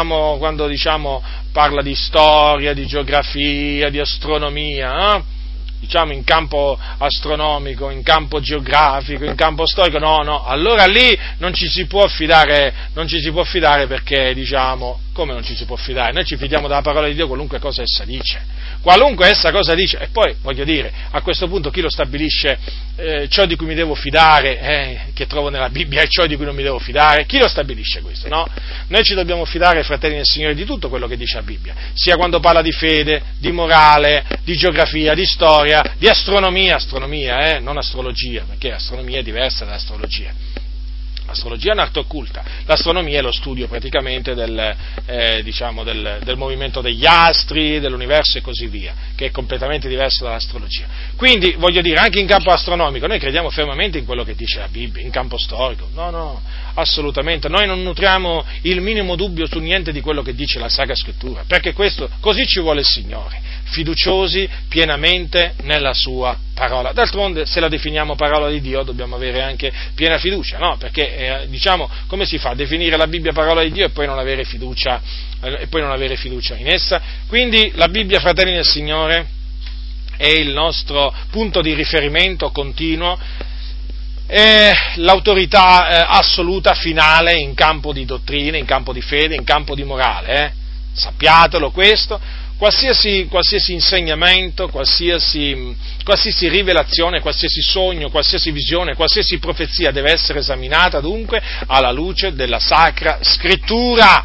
parla di storia, di geografia, di astronomia, diciamo in campo astronomico, in campo geografico, in campo storico, no, allora lì non ci si può fidare perché, diciamo, come non ci si può fidare? Noi ci fidiamo della parola di Dio qualunque cosa essa dice, e poi, voglio dire, a questo punto chi lo stabilisce ciò di cui mi devo fidare, che trovo nella Bibbia, e ciò di cui non mi devo fidare? Chi lo stabilisce questo, no? Noi ci dobbiamo fidare, fratelli del Signore, di tutto quello che dice la Bibbia, sia quando parla di fede, di morale, di geografia, di storia, di astronomia, non astrologia, perché astronomia è diversa dall'astrologia. L'astrologia è un'arte occulta, l'astronomia è lo studio praticamente del movimento degli astri, dell'universo e così via, che è completamente diverso dall'astrologia. Quindi, voglio dire, anche in campo astronomico noi crediamo fermamente in quello che dice la Bibbia, in campo storico, no, assolutamente, noi non nutriamo il minimo dubbio su niente di quello che dice la Sacra Scrittura, perché così ci vuole il Signore, fiduciosi pienamente nella sua parola. D'altronde, se la definiamo parola di Dio, dobbiamo avere anche piena fiducia, no? Perché, come si fa a definire la Bibbia parola di Dio e poi non avere fiducia in essa? Quindi la Bibbia, fratelli del Signore, è il nostro punto di riferimento continuo, è l'autorità assoluta, finale, in campo di dottrina, in campo di fede, in campo di morale, sappiatelo questo. Qualsiasi insegnamento, qualsiasi rivelazione, qualsiasi sogno, qualsiasi visione, qualsiasi profezia deve essere esaminata dunque alla luce della Sacra Scrittura,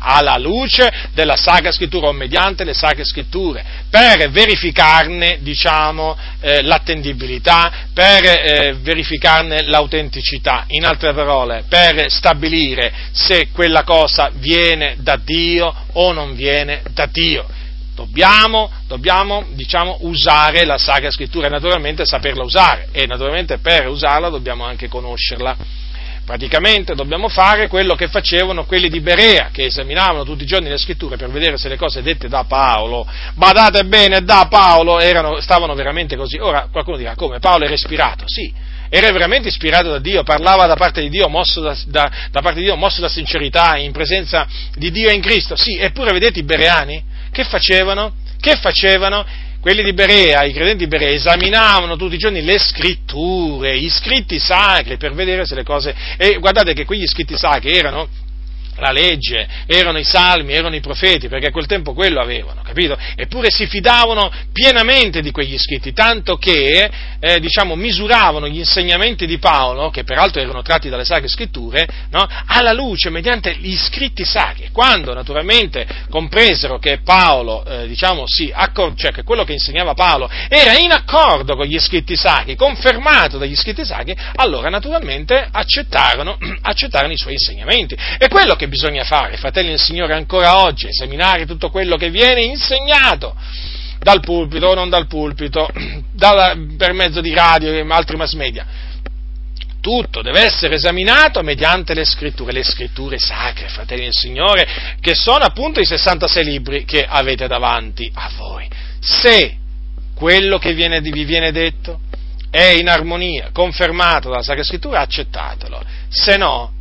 o mediante le Sacre Scritture, per verificarne, l'attendibilità, per verificarne l'autenticità, in altre parole, per stabilire se quella cosa viene da Dio o non viene da Dio. Dobbiamo usare la Sacra Scrittura e naturalmente saperla usare, e naturalmente per usarla dobbiamo anche conoscerla. Praticamente dobbiamo fare quello che facevano quelli di Berea, che esaminavano tutti i giorni le Scritture per vedere se le cose dette da Paolo, badate bene, da Paolo stavano veramente così. Ora qualcuno dirà, come? Paolo era ispirato? Sì, era veramente ispirato da Dio, parlava da parte di Dio, mosso da parte di Dio, mosso da sincerità, in presenza di Dio e in Cristo. Sì, eppure vedete i bereani? Che facevano? quelli di Berea, i credenti di Berea, esaminavano tutti i giorni le scritture, gli scritti sacri, per vedere se le cose, e guardate che quegli scritti sacri erano la legge, erano i salmi, erano i profeti, perché a quel tempo quello avevano, capito? Eppure si fidavano pienamente di quegli scritti, tanto che, misuravano gli insegnamenti di Paolo, che peraltro erano tratti dalle Sacre Scritture, no? Alla luce, mediante gli scritti sacri. Quando, naturalmente, compresero che Paolo, cioè che quello che insegnava Paolo era in accordo con gli scritti sacri, confermato dagli scritti sacri, allora, naturalmente, accettarono i suoi insegnamenti. E quello che bisogna fare, fratelli del Signore, ancora oggi, esaminare tutto quello che viene insegnato dal pulpito o non dal pulpito, per mezzo di radio e altri mass media. Tutto deve essere esaminato mediante le scritture sacre, fratelli del Signore, che sono appunto i 66 libri che avete davanti a voi. Se quello che vi viene detto è in armonia, confermato dalla Sacra Scrittura, accettatelo, se no,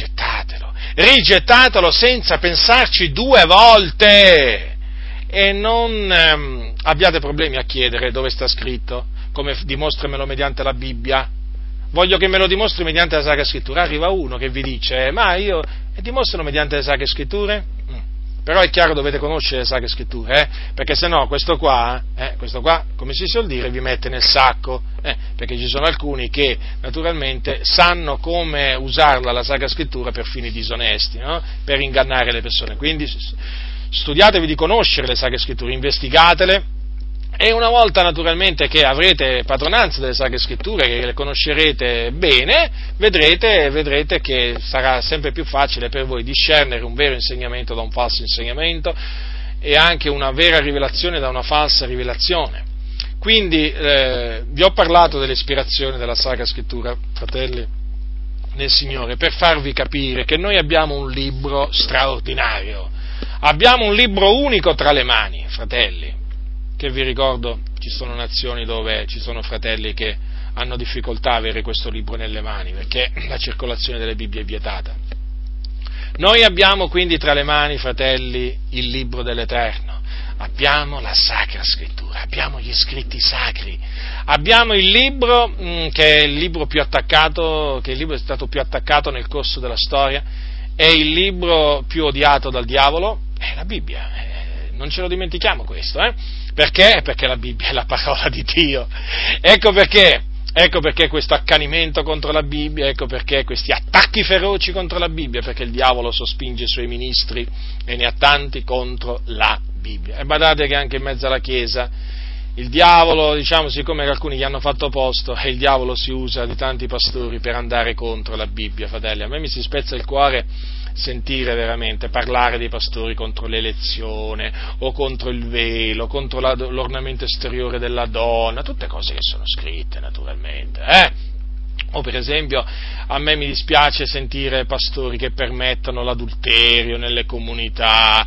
rigettatelo senza pensarci due volte, e non abbiate problemi a chiedere dove sta scritto, come dimostramelo mediante la Bibbia. Voglio che me lo dimostri mediante la Sacra Scrittura. Arriva uno che vi dice, e dimostrano mediante le Sacre Scritture? Però è chiaro, dovete conoscere le Sacre Scritture, perché sennò questo qua, come si suol dire, vi mette nel sacco, perché ci sono alcuni che naturalmente sanno come usarla la Sacra Scrittura per fini disonesti, no? Per ingannare le persone. Quindi studiatevi di conoscere le Sacre Scritture, investigatele, e una volta naturalmente che avrete padronanza delle Sacre Scritture, che le conoscerete bene, vedrete che sarà sempre più facile per voi discernere un vero insegnamento da un falso insegnamento, e anche una vera rivelazione da una falsa rivelazione. Quindi vi ho parlato dell'ispirazione della Sacra Scrittura, fratelli nel Signore, per farvi capire che noi abbiamo un libro straordinario, abbiamo un libro unico tra le mani, fratelli. Che vi ricordo, ci sono nazioni dove ci sono fratelli che hanno difficoltà a avere questo libro nelle mani, perché la circolazione delle Bibbie è vietata. Noi abbiamo quindi tra le mani, fratelli, il libro dell'Eterno, abbiamo la Sacra Scrittura, abbiamo gli scritti sacri, abbiamo il libro che è il libro più attaccato, che il libro è stato più attaccato nel corso della storia, è il libro più odiato dal diavolo, è la Bibbia, non ce lo dimentichiamo questo, Perché? Perché la Bibbia è la parola di Dio. Ecco perché questo accanimento contro la Bibbia, ecco perché questi attacchi feroci contro la Bibbia, perché il diavolo sospinge i suoi ministri, e ne ha tanti, contro la Bibbia. E badate che anche in mezzo alla Chiesa il diavolo, siccome alcuni gli hanno fatto posto, e il diavolo si usa di tanti pastori per andare contro la Bibbia, fratelli. A me mi si spezza il cuore sentire veramente parlare dei pastori contro l'elezione, o contro il velo, contro l'ornamento esteriore della donna, tutte cose che sono scritte naturalmente, O per esempio, a me mi dispiace sentire pastori che permettono l'adulterio nelle comunità,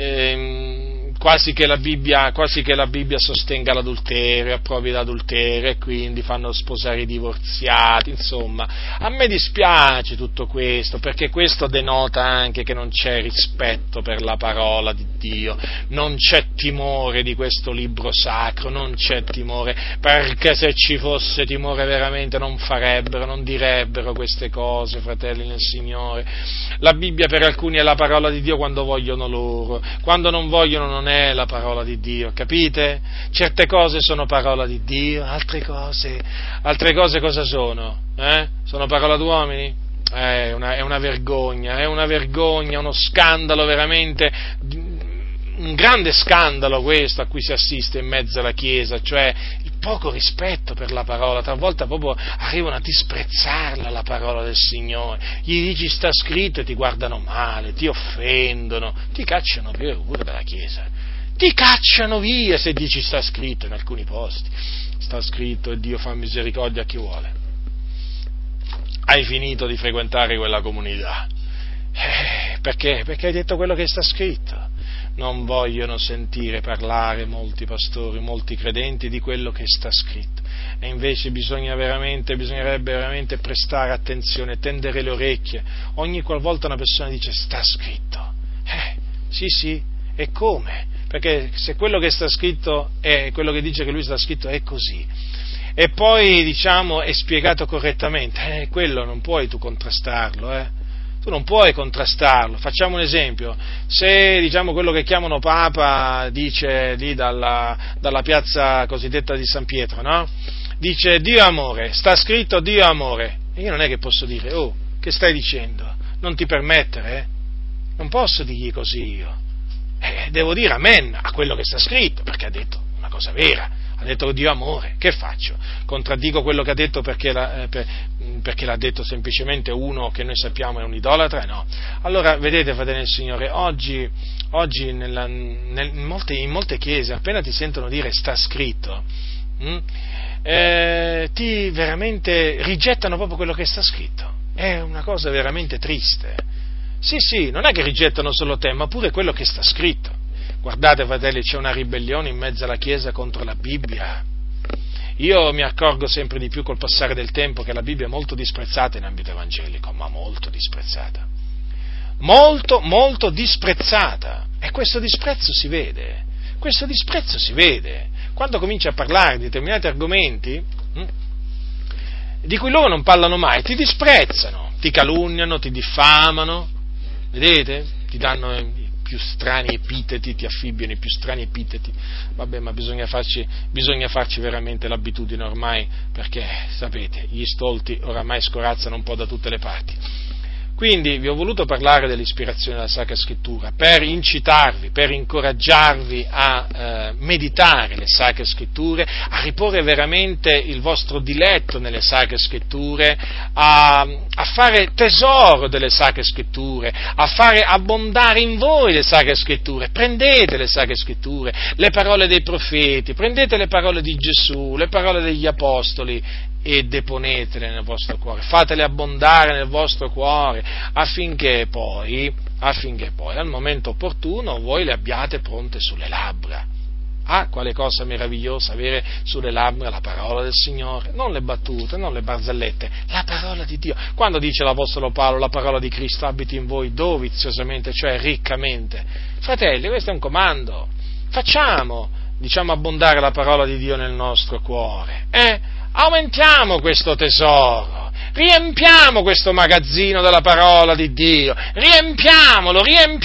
quasi che la Bibbia sostenga l'adulterio, approvi l'adulterio, e quindi fanno sposare i divorziati. Insomma, a me dispiace tutto questo, perché questo denota anche che non c'è rispetto per la parola di Dio, non c'è timore di questo libro sacro, non c'è timore, perché se ci fosse timore veramente non direbbero queste cose, fratelli nel Signore. La Bibbia per alcuni è la parola di Dio quando vogliono loro, quando non vogliono non è la parola di Dio, capite? Certe cose sono parola di Dio, altre cose cosa sono? Sono parola d'uomini? È una vergogna, uno scandalo veramente, un grande scandalo questo a cui si assiste in mezzo alla Chiesa, cioè il poco rispetto per la parola. Talvolta proprio arrivano a disprezzarla la parola del Signore, gli dici sta scritto e ti guardano male, ti offendono, ti cacciano pure dalla Chiesa, ti cacciano via se dici sta scritto. In alcuni posti sta scritto e Dio fa misericordia a chi vuole. Hai finito di frequentare quella comunità, perché? Perché hai detto quello che sta scritto. Non vogliono sentire parlare molti pastori, molti credenti di quello che sta scritto, e invece bisognerebbe veramente prestare attenzione, tendere le orecchie ogni qualvolta una persona dice sta scritto. Sì, e come? perché se quello che sta scritto è quello che dice che lui sta scritto è così, e poi diciamo è spiegato correttamente, quello non puoi tu contrastarlo, tu non puoi contrastarlo. Facciamo un esempio: se diciamo quello che chiamano Papa dice lì dalla piazza cosiddetta di San Pietro, no? Dice Dio è amore, sta scritto Dio è amore, e io non è che posso dire che stai dicendo? Non ti permettere? Non posso dirgli così io, devo dire amen a quello che sta scritto, perché ha detto una cosa vera, ha detto Dio amore. Che faccio? Contraddico quello che ha detto perché l'ha detto semplicemente uno che noi sappiamo è un idolatra? No. Allora, vedete, fratelli del Signore, oggi in molte chiese, appena ti sentono dire sta scritto, ti veramente rigettano proprio quello che sta scritto. È una cosa veramente triste. Sì, non è che rigettano solo te, ma pure quello che sta scritto. Guardate, fratelli, c'è una ribellione in mezzo alla Chiesa contro la Bibbia. Io mi accorgo sempre di più col passare del tempo che la Bibbia è molto disprezzata in ambito evangelico, ma molto disprezzata. Molto, molto disprezzata. E questo disprezzo si vede. Quando cominci a parlare di determinati argomenti di cui loro non parlano mai, ti disprezzano, ti calunniano, ti diffamano, vedete? Ti danno i più strani epiteti, ti affibbiano i più strani epiteti. Vabbè, ma bisogna farci veramente l'abitudine ormai, perché sapete, gli stolti oramai scorazzano un po' da tutte le parti. Quindi vi ho voluto parlare dell'ispirazione della Sacra Scrittura per incitarvi, per incoraggiarvi a meditare le Sacre Scritture, a riporre veramente il vostro diletto nelle Sacre Scritture, a fare tesoro delle Sacre Scritture, a fare abbondare in voi le Sacre Scritture. Prendete le Sacre Scritture, le parole dei profeti, prendete le parole di Gesù, le parole degli Apostoli, e deponetele nel vostro cuore, fatele abbondare nel vostro cuore, affinché poi al momento opportuno voi le abbiate pronte sulle labbra. Ah, quale cosa meravigliosa avere sulle labbra la parola del Signore, non le battute, non le barzellette, la parola di Dio. Quando dice l'Apostolo Paolo la parola di Cristo abiti in voi doviziosamente, cioè riccamente. Fratelli, questo è un comando. Facciamo, abbondare la parola di Dio nel nostro cuore, Aumentiamo questo tesoro, riempiamo questo magazzino della parola di Dio, riempiamolo.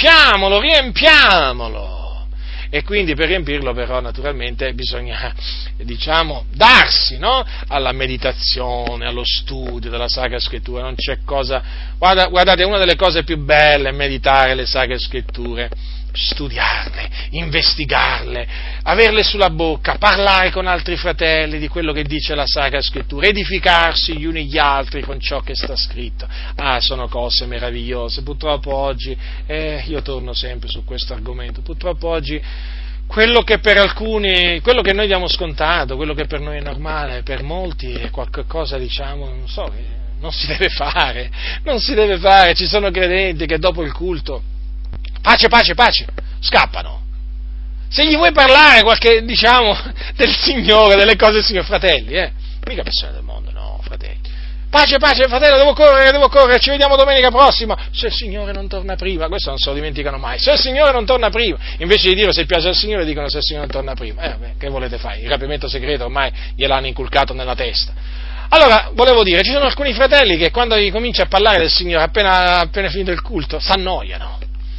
E quindi per riempirlo però naturalmente bisogna, darsi, no? Alla meditazione, allo studio della Sacra Scrittura. Non c'è cosa, guardate, una delle cose più belle è meditare le Sacre Scritture, studiarle, investigarle, averle sulla bocca, parlare con altri fratelli di quello che dice la Sacra Scrittura, edificarsi gli uni gli altri con ciò che sta scritto. Sono cose meravigliose. Purtroppo oggi, io torno sempre su questo argomento, purtroppo oggi quello che per alcuni, quello che noi diamo scontato, quello che per noi è normale, per molti è qualcosa, non so, non si deve fare, ci sono credenti che dopo il culto pace, scappano. Se gli vuoi parlare del Signore, delle cose del Signore, fratelli, mica persone del mondo, no, fratelli. Pace, fratello, devo correre, ci vediamo domenica prossima. Se il Signore non torna prima, questo non se lo dimenticano mai. Se il Signore non torna prima, invece di dire se piace al Signore, dicono se il Signore non torna prima. Che volete fare? Il rapimento segreto ormai gliel'hanno inculcato nella testa. Allora, volevo dire, ci sono alcuni fratelli che quando gli comincia a parlare del Signore, appena finito il culto, s'annoiano,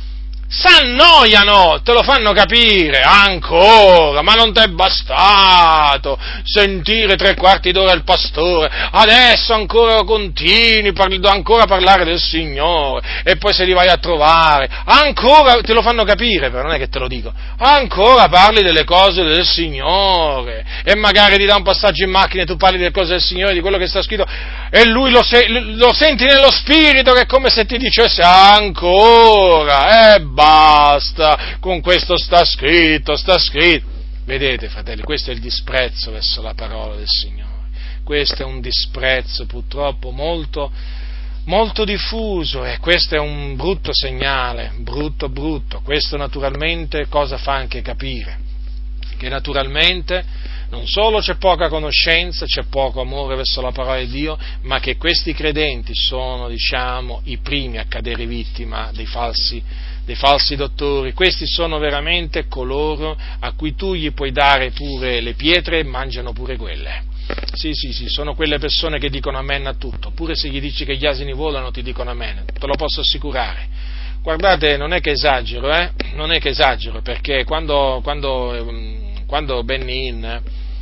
te lo fanno capire, ancora, ma non t'è bastato sentire 3/4 d'ora il pastore, adesso ancora continui, ancora a parlare del Signore, e poi se li vai a trovare, ancora, te lo fanno capire, però non è che te lo dico, ancora parli delle cose del Signore, e magari ti dà un passaggio in macchina e tu parli delle cose del Signore, di quello che sta scritto, e lui lo senti nello spirito, che è come se ti dicesse ancora, basta, con questo sta scritto. Vedete, fratelli, questo è il disprezzo verso la parola del Signore. Questo è un disprezzo purtroppo molto, molto diffuso, e questo è un brutto segnale, brutto. Questo naturalmente cosa fa anche capire? Che naturalmente non solo c'è poca conoscenza, c'è poco amore verso la parola di Dio, ma che questi credenti sono, i primi a cadere vittima dei falsi dottori. Questi sono veramente coloro a cui tu gli puoi dare pure le pietre e mangiano pure quelle. Sì, sono quelle persone che dicono amen a tutto, pure se gli dici che gli asini volano ti dicono amen, te lo posso assicurare. Guardate, non è che esagero, perché quando Benny Hinn,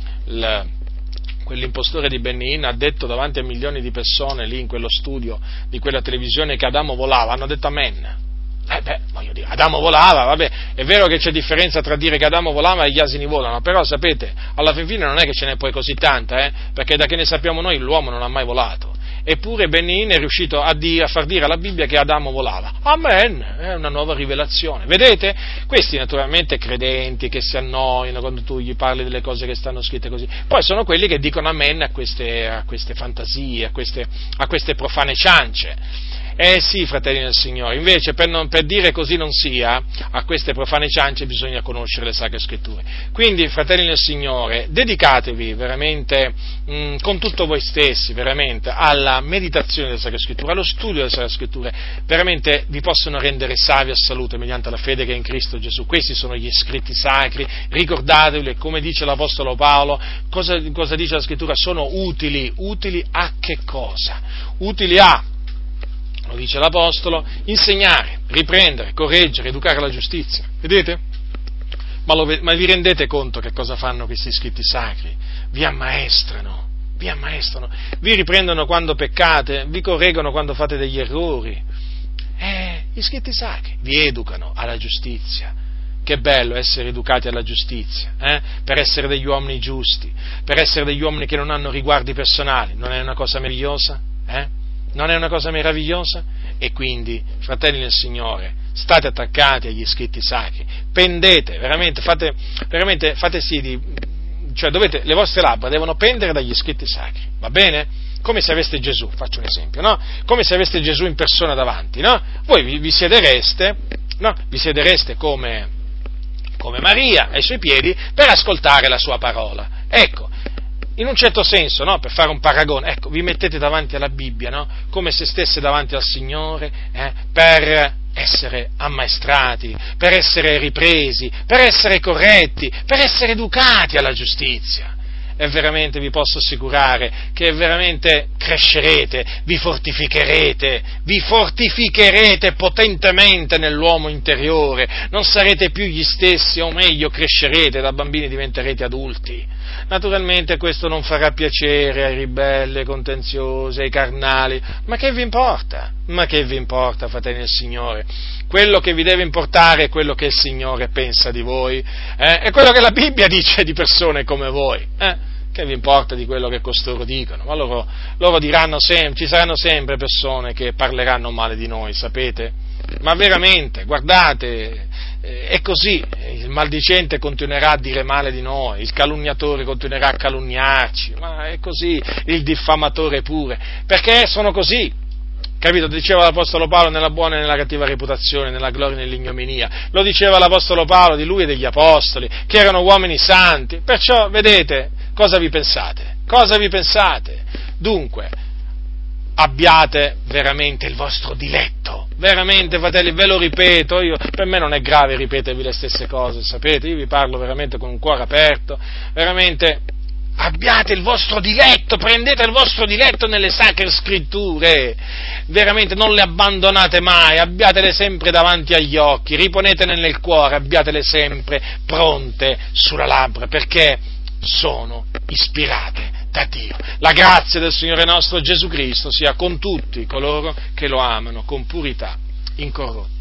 quell'impostore di Benny Hinn, ha detto davanti a milioni di persone lì in quello studio di quella televisione che Adamo volava, hanno detto amen. Voglio dire, Adamo volava, vabbè, è vero che c'è differenza tra dire che Adamo volava e gli asini volano, però sapete, alla fin fine non è che ce n'è poi così tanta, perché da che ne sappiamo noi l'uomo non ha mai volato. Eppure Benny Hinn è riuscito a far dire alla Bibbia che Adamo volava. Amen! È una nuova rivelazione. Vedete? Questi naturalmente credenti che si annoiano quando tu gli parli delle cose che stanno scritte così. Poi sono quelli che dicono amen a queste fantasie, a queste profane ciance. Sì, fratelli del Signore, invece per dire così non sia, a queste profane ciance bisogna conoscere le Sacre Scritture. Quindi, fratelli del Signore, dedicatevi veramente con tutto voi stessi, veramente, alla meditazione delle Sacre Scritture, allo studio delle Sacre Scritture, veramente vi possono rendere savi a salute mediante la fede che è in Cristo Gesù. Questi sono gli scritti sacri, ricordatevi, come dice l'Apostolo Paolo, cosa dice la Scrittura? Sono utili a che cosa? Utili a, lo dice l'Apostolo, insegnare, riprendere, correggere, educare alla giustizia. Vedete? Ma vi rendete conto che cosa fanno questi scritti sacri? Vi ammaestrano, vi riprendono quando peccate, vi correggono quando fate degli errori. Gli scritti sacri vi educano alla giustizia. Che bello essere educati alla giustizia, per essere degli uomini giusti, per essere degli uomini che non hanno riguardi personali. Non è una cosa meravigliosa? Non è una cosa meravigliosa? E quindi, fratelli del Signore, state attaccati agli scritti sacri, pendete, fate sì le vostre labbra devono pendere dagli scritti sacri, va bene? Come se aveste Gesù, faccio un esempio, no? Come se aveste Gesù in persona davanti, no? Voi vi siedereste, no? Vi siedereste come Maria ai suoi piedi per ascoltare la sua parola. Ecco. In un certo senso, no? Per fare un paragone, vi mettete davanti alla Bibbia, no? Come se stesse davanti al Signore, per essere ammaestrati, per essere ripresi, per essere corretti, per essere educati alla giustizia. E veramente vi posso assicurare che veramente crescerete, vi fortificherete potentemente nell'uomo interiore, non sarete più gli stessi, o meglio crescerete, da bambini diventerete adulti. Naturalmente questo non farà piacere ai ribelli, ai contenziosi, ai carnali, ma che vi importa? Fratelli del Signore? Quello che vi deve importare è quello che il Signore pensa di voi, è quello che la Bibbia dice di persone come voi, Che vi importa di quello che costoro dicono? Ma loro diranno sempre, ci saranno sempre persone che parleranno male di noi, sapete? Ma veramente, guardate, è così, il maldicente continuerà a dire male di noi, il calunniatore continuerà a calunniarci, ma è così, il diffamatore pure, perché sono così. Capito? Diceva l'Apostolo Paolo nella buona e nella cattiva reputazione, nella gloria e nell'ignominia. Lo diceva l'Apostolo Paolo di lui e degli Apostoli, che erano uomini santi. Perciò, vedete, cosa vi pensate? Dunque, abbiate veramente il vostro diletto. Veramente, fratelli, ve lo ripeto, per me non è grave ripetervi le stesse cose, sapete? Io vi parlo veramente con un cuore aperto, veramente. Abbiate il vostro diletto, prendete il vostro diletto nelle Sacre Scritture, veramente non le abbandonate mai, abbiatele sempre davanti agli occhi, riponetele nel cuore, abbiatele sempre pronte sulla labbra, perché sono ispirate da Dio. La grazia del Signore nostro Gesù Cristo sia con tutti coloro che lo amano con purità incorrotta.